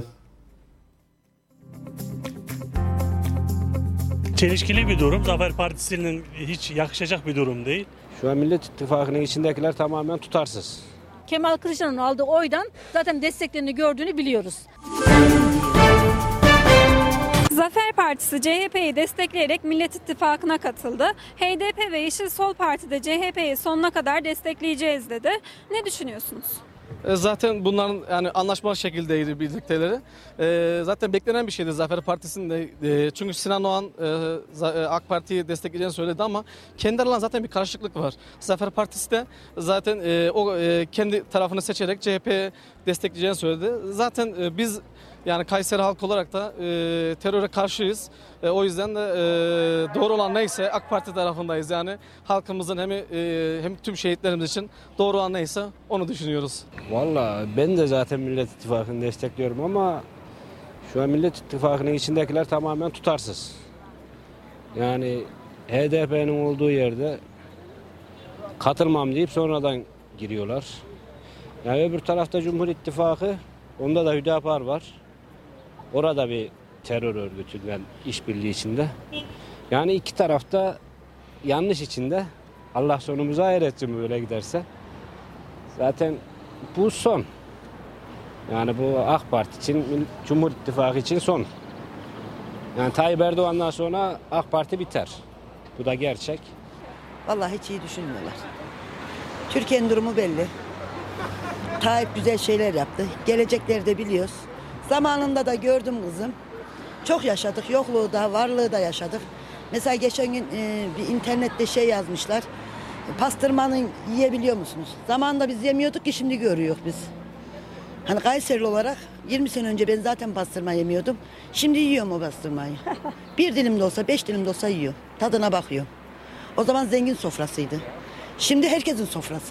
Çelişkili bir durum. Zafer Partisi'nin hiç yakışacak bir durum değil. Şu an Millet İttifakı'nın içindekiler tamamen tutarsız. Kemal Kılıçdaroğlu'nun aldığı oydan zaten desteklerini gördüğünü biliyoruz. Zafer Partisi CHP'yi destekleyerek Millet İttifakı'na katıldı. HDP ve Yeşil Sol Parti de CHP'yi sonuna kadar destekleyeceğiz dedi. Ne düşünüyorsunuz? Zaten bunların yani anlaşmalı şekildeydi bildikleri. Zaten beklenen bir şeydi Zafer Partisi'nin de. Çünkü Sinan Oğan AK Parti'yi destekleyeceğini söyledi ama kendi aralarında zaten bir karışıklık var. Zafer Partisi de zaten kendi tarafını seçerek CHP'ye destekleyeceğini söyledi. Zaten biz yani Kayseri halkı olarak da teröre karşıyız. O yüzden de doğru olan neyse AK Parti tarafındayız. Yani halkımızın hem tüm şehitlerimiz için doğru olan neyse onu düşünüyoruz. Vallahi ben de zaten Millet İttifakı'nı destekliyorum ama şu an Millet İttifakı'nın içindekiler tamamen tutarsız. Yani HDP'nin olduğu yerde katılmam deyip sonradan giriyorlar. Yani öbür tarafta Cumhur İttifakı, onda da Hüdapar var. Orada bir terör örgütüyle işbirliği içinde. Yani iki tarafta yanlış içinde. Allah sonumuzu hayır etsin böyle giderse. Zaten bu son. Yani bu AK Parti için, Cumhur İttifakı için son. Yani Tayyip Erdoğan'dan sonra AK Parti biter. Bu da gerçek. Vallahi hiç iyi düşünmüyorlar. Türkiye'nin durumu belli. Tayyip güzel şeyler yaptı. Gelecekleri de biliyoruz. Zamanında da gördüm kızım. Çok yaşadık. Yokluğu da varlığı da yaşadık. Mesela geçen gün bir internette şey yazmışlar. Pastırmanı yiyebiliyor musunuz? Zamanında biz yemiyorduk ki şimdi görüyoruz biz. Hani Kayserili olarak 20 sene önce ben zaten pastırma yemiyordum. Şimdi yiyorum o pastırmayı. Bir dilim de olsa 5 dilim de olsa yiyorum. Tadına bakıyorum. O zaman zengin sofrasıydı. Şimdi herkesin sofrası.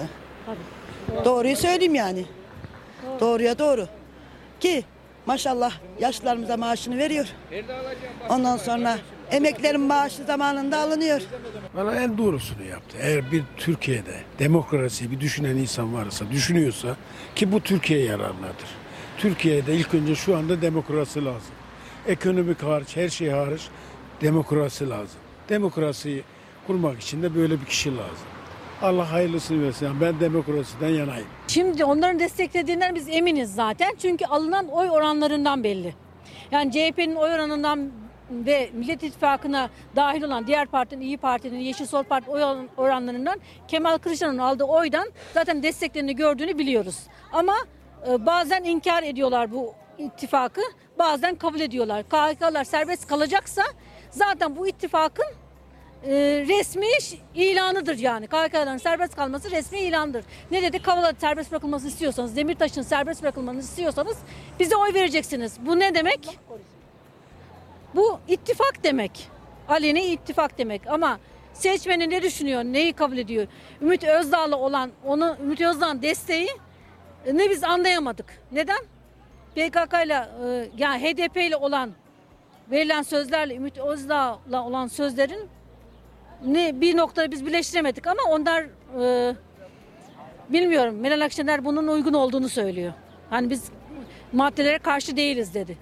Doğruyu söyleyeyim yani. Doğruya doğru. Ki maşallah yaşlılarımıza maaşını veriyor. Ondan sonra emeklerin maaşı zamanında alınıyor. Valla en doğrusunu yaptı. Eğer bir Türkiye'de demokrasi bir düşünen insan varsa, düşünüyorsa ki bu Türkiye yararlıdır. Türkiye'de ilk önce şu anda demokrasi lazım. Ekonomik hariç, her şey hariç demokrasi lazım. Demokrasiyi kurmak için de böyle bir kişi lazım. Allah hayırlısını versin. Ben demokrasiden yanayım. Şimdi onların desteklediğinden biz eminiz zaten. Çünkü alınan oy oranlarından belli. Yani CHP'nin oy oranından ve Millet İttifakı'na dahil olan diğer partinin, İYİ Parti'nin, Yeşil Sol Parti oy oranlarından Kemal Kılıçdaroğlu'nun aldığı oydan zaten desteklerini gördüğünü biliyoruz. Ama bazen inkar ediyorlar bu ittifakı, bazen kabul ediyorlar. KHK'lar serbest kalacaksa zaten bu ittifakın resmi ilanıdır yani. KHK'ların serbest kalması resmi ilandır. Ne dedi? Kavala'da serbest bırakılmasını istiyorsanız, Demirtaş'ın serbest bırakılmasını istiyorsanız bize oy vereceksiniz. Bu ne demek? Bu ittifak demek. Aleni ittifak demek. Ama seçmeni ne düşünüyor, neyi kabul ediyor? Ümit Özdağ'la olan, Ümit Özdağ'ın desteği ne biz anlayamadık. Neden? PKK'yla yani HDP ile olan verilen sözlerle Ümit Özdağ'la olan sözlerin bir noktada biz birleştiremedik ama onlar bilmiyorum, Meral Akşener bunun uygun olduğunu söylüyor. Hani biz maddelere karşı değiliz dedi.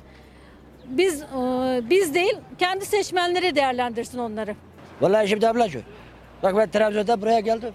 Biz değil, kendi seçmenleri değerlendirsin onları. Vallahi şimdi ablacığım, bak ben Trabzon'dan buraya geldim.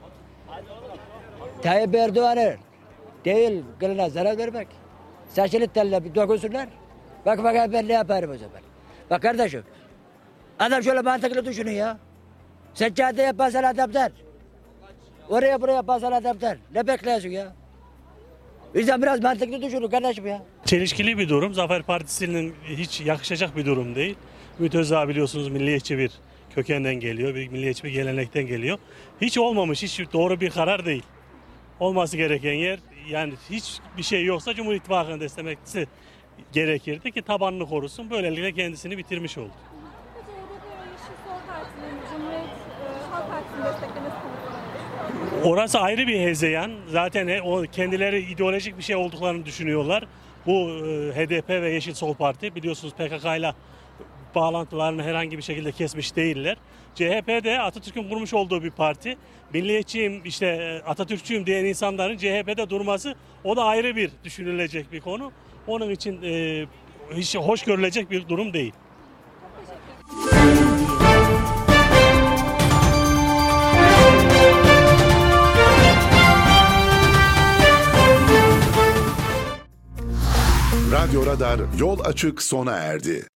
Tayyip Erdoğan'ı değil kılına zarar vermek. Saçını teline bir dokunsunlar. Bak ben ne yaparım o zaman. Bak kardeşim, adam şöyle mantıklı düşünün ya. Seccadeye basan adamdan, oraya buraya basan adamdan ne bekliyorsun ya? Bizden biraz mantıklı düşünün kardeşim ya. Çelişkili bir durum. Zafer Partisi'nin hiç yakışacak bir durum değil. Ümit Özdağ biliyorsunuz milliyetçi bir kökenden geliyor, bir milliyetçi bir gelenekten geliyor. Hiç olmamış, hiç doğru bir karar değil. Olması gereken yer, yani hiçbir şey yoksa Cumhur İttifakı'nı desteklemesi gerekirdi ki tabanını korusun. Böylelikle kendisini bitirmiş oldu. Orası ayrı bir hezeyan. Zaten o kendileri ideolojik bir şey olduklarını düşünüyorlar. Bu HDP ve Yeşil Sol Parti biliyorsunuz PKK ile bağlantılarını herhangi bir şekilde kesmiş değiller. CHP de Atatürk'ün kurmuş olduğu bir parti. Milliyetçiyim, işte Atatürkçüyüm diyen insanların CHP'de durması, o da ayrı bir düşünülecek bir konu. Onun için hiç hoş görülecek bir durum değil. Radyo Radar yol açık sona erdi.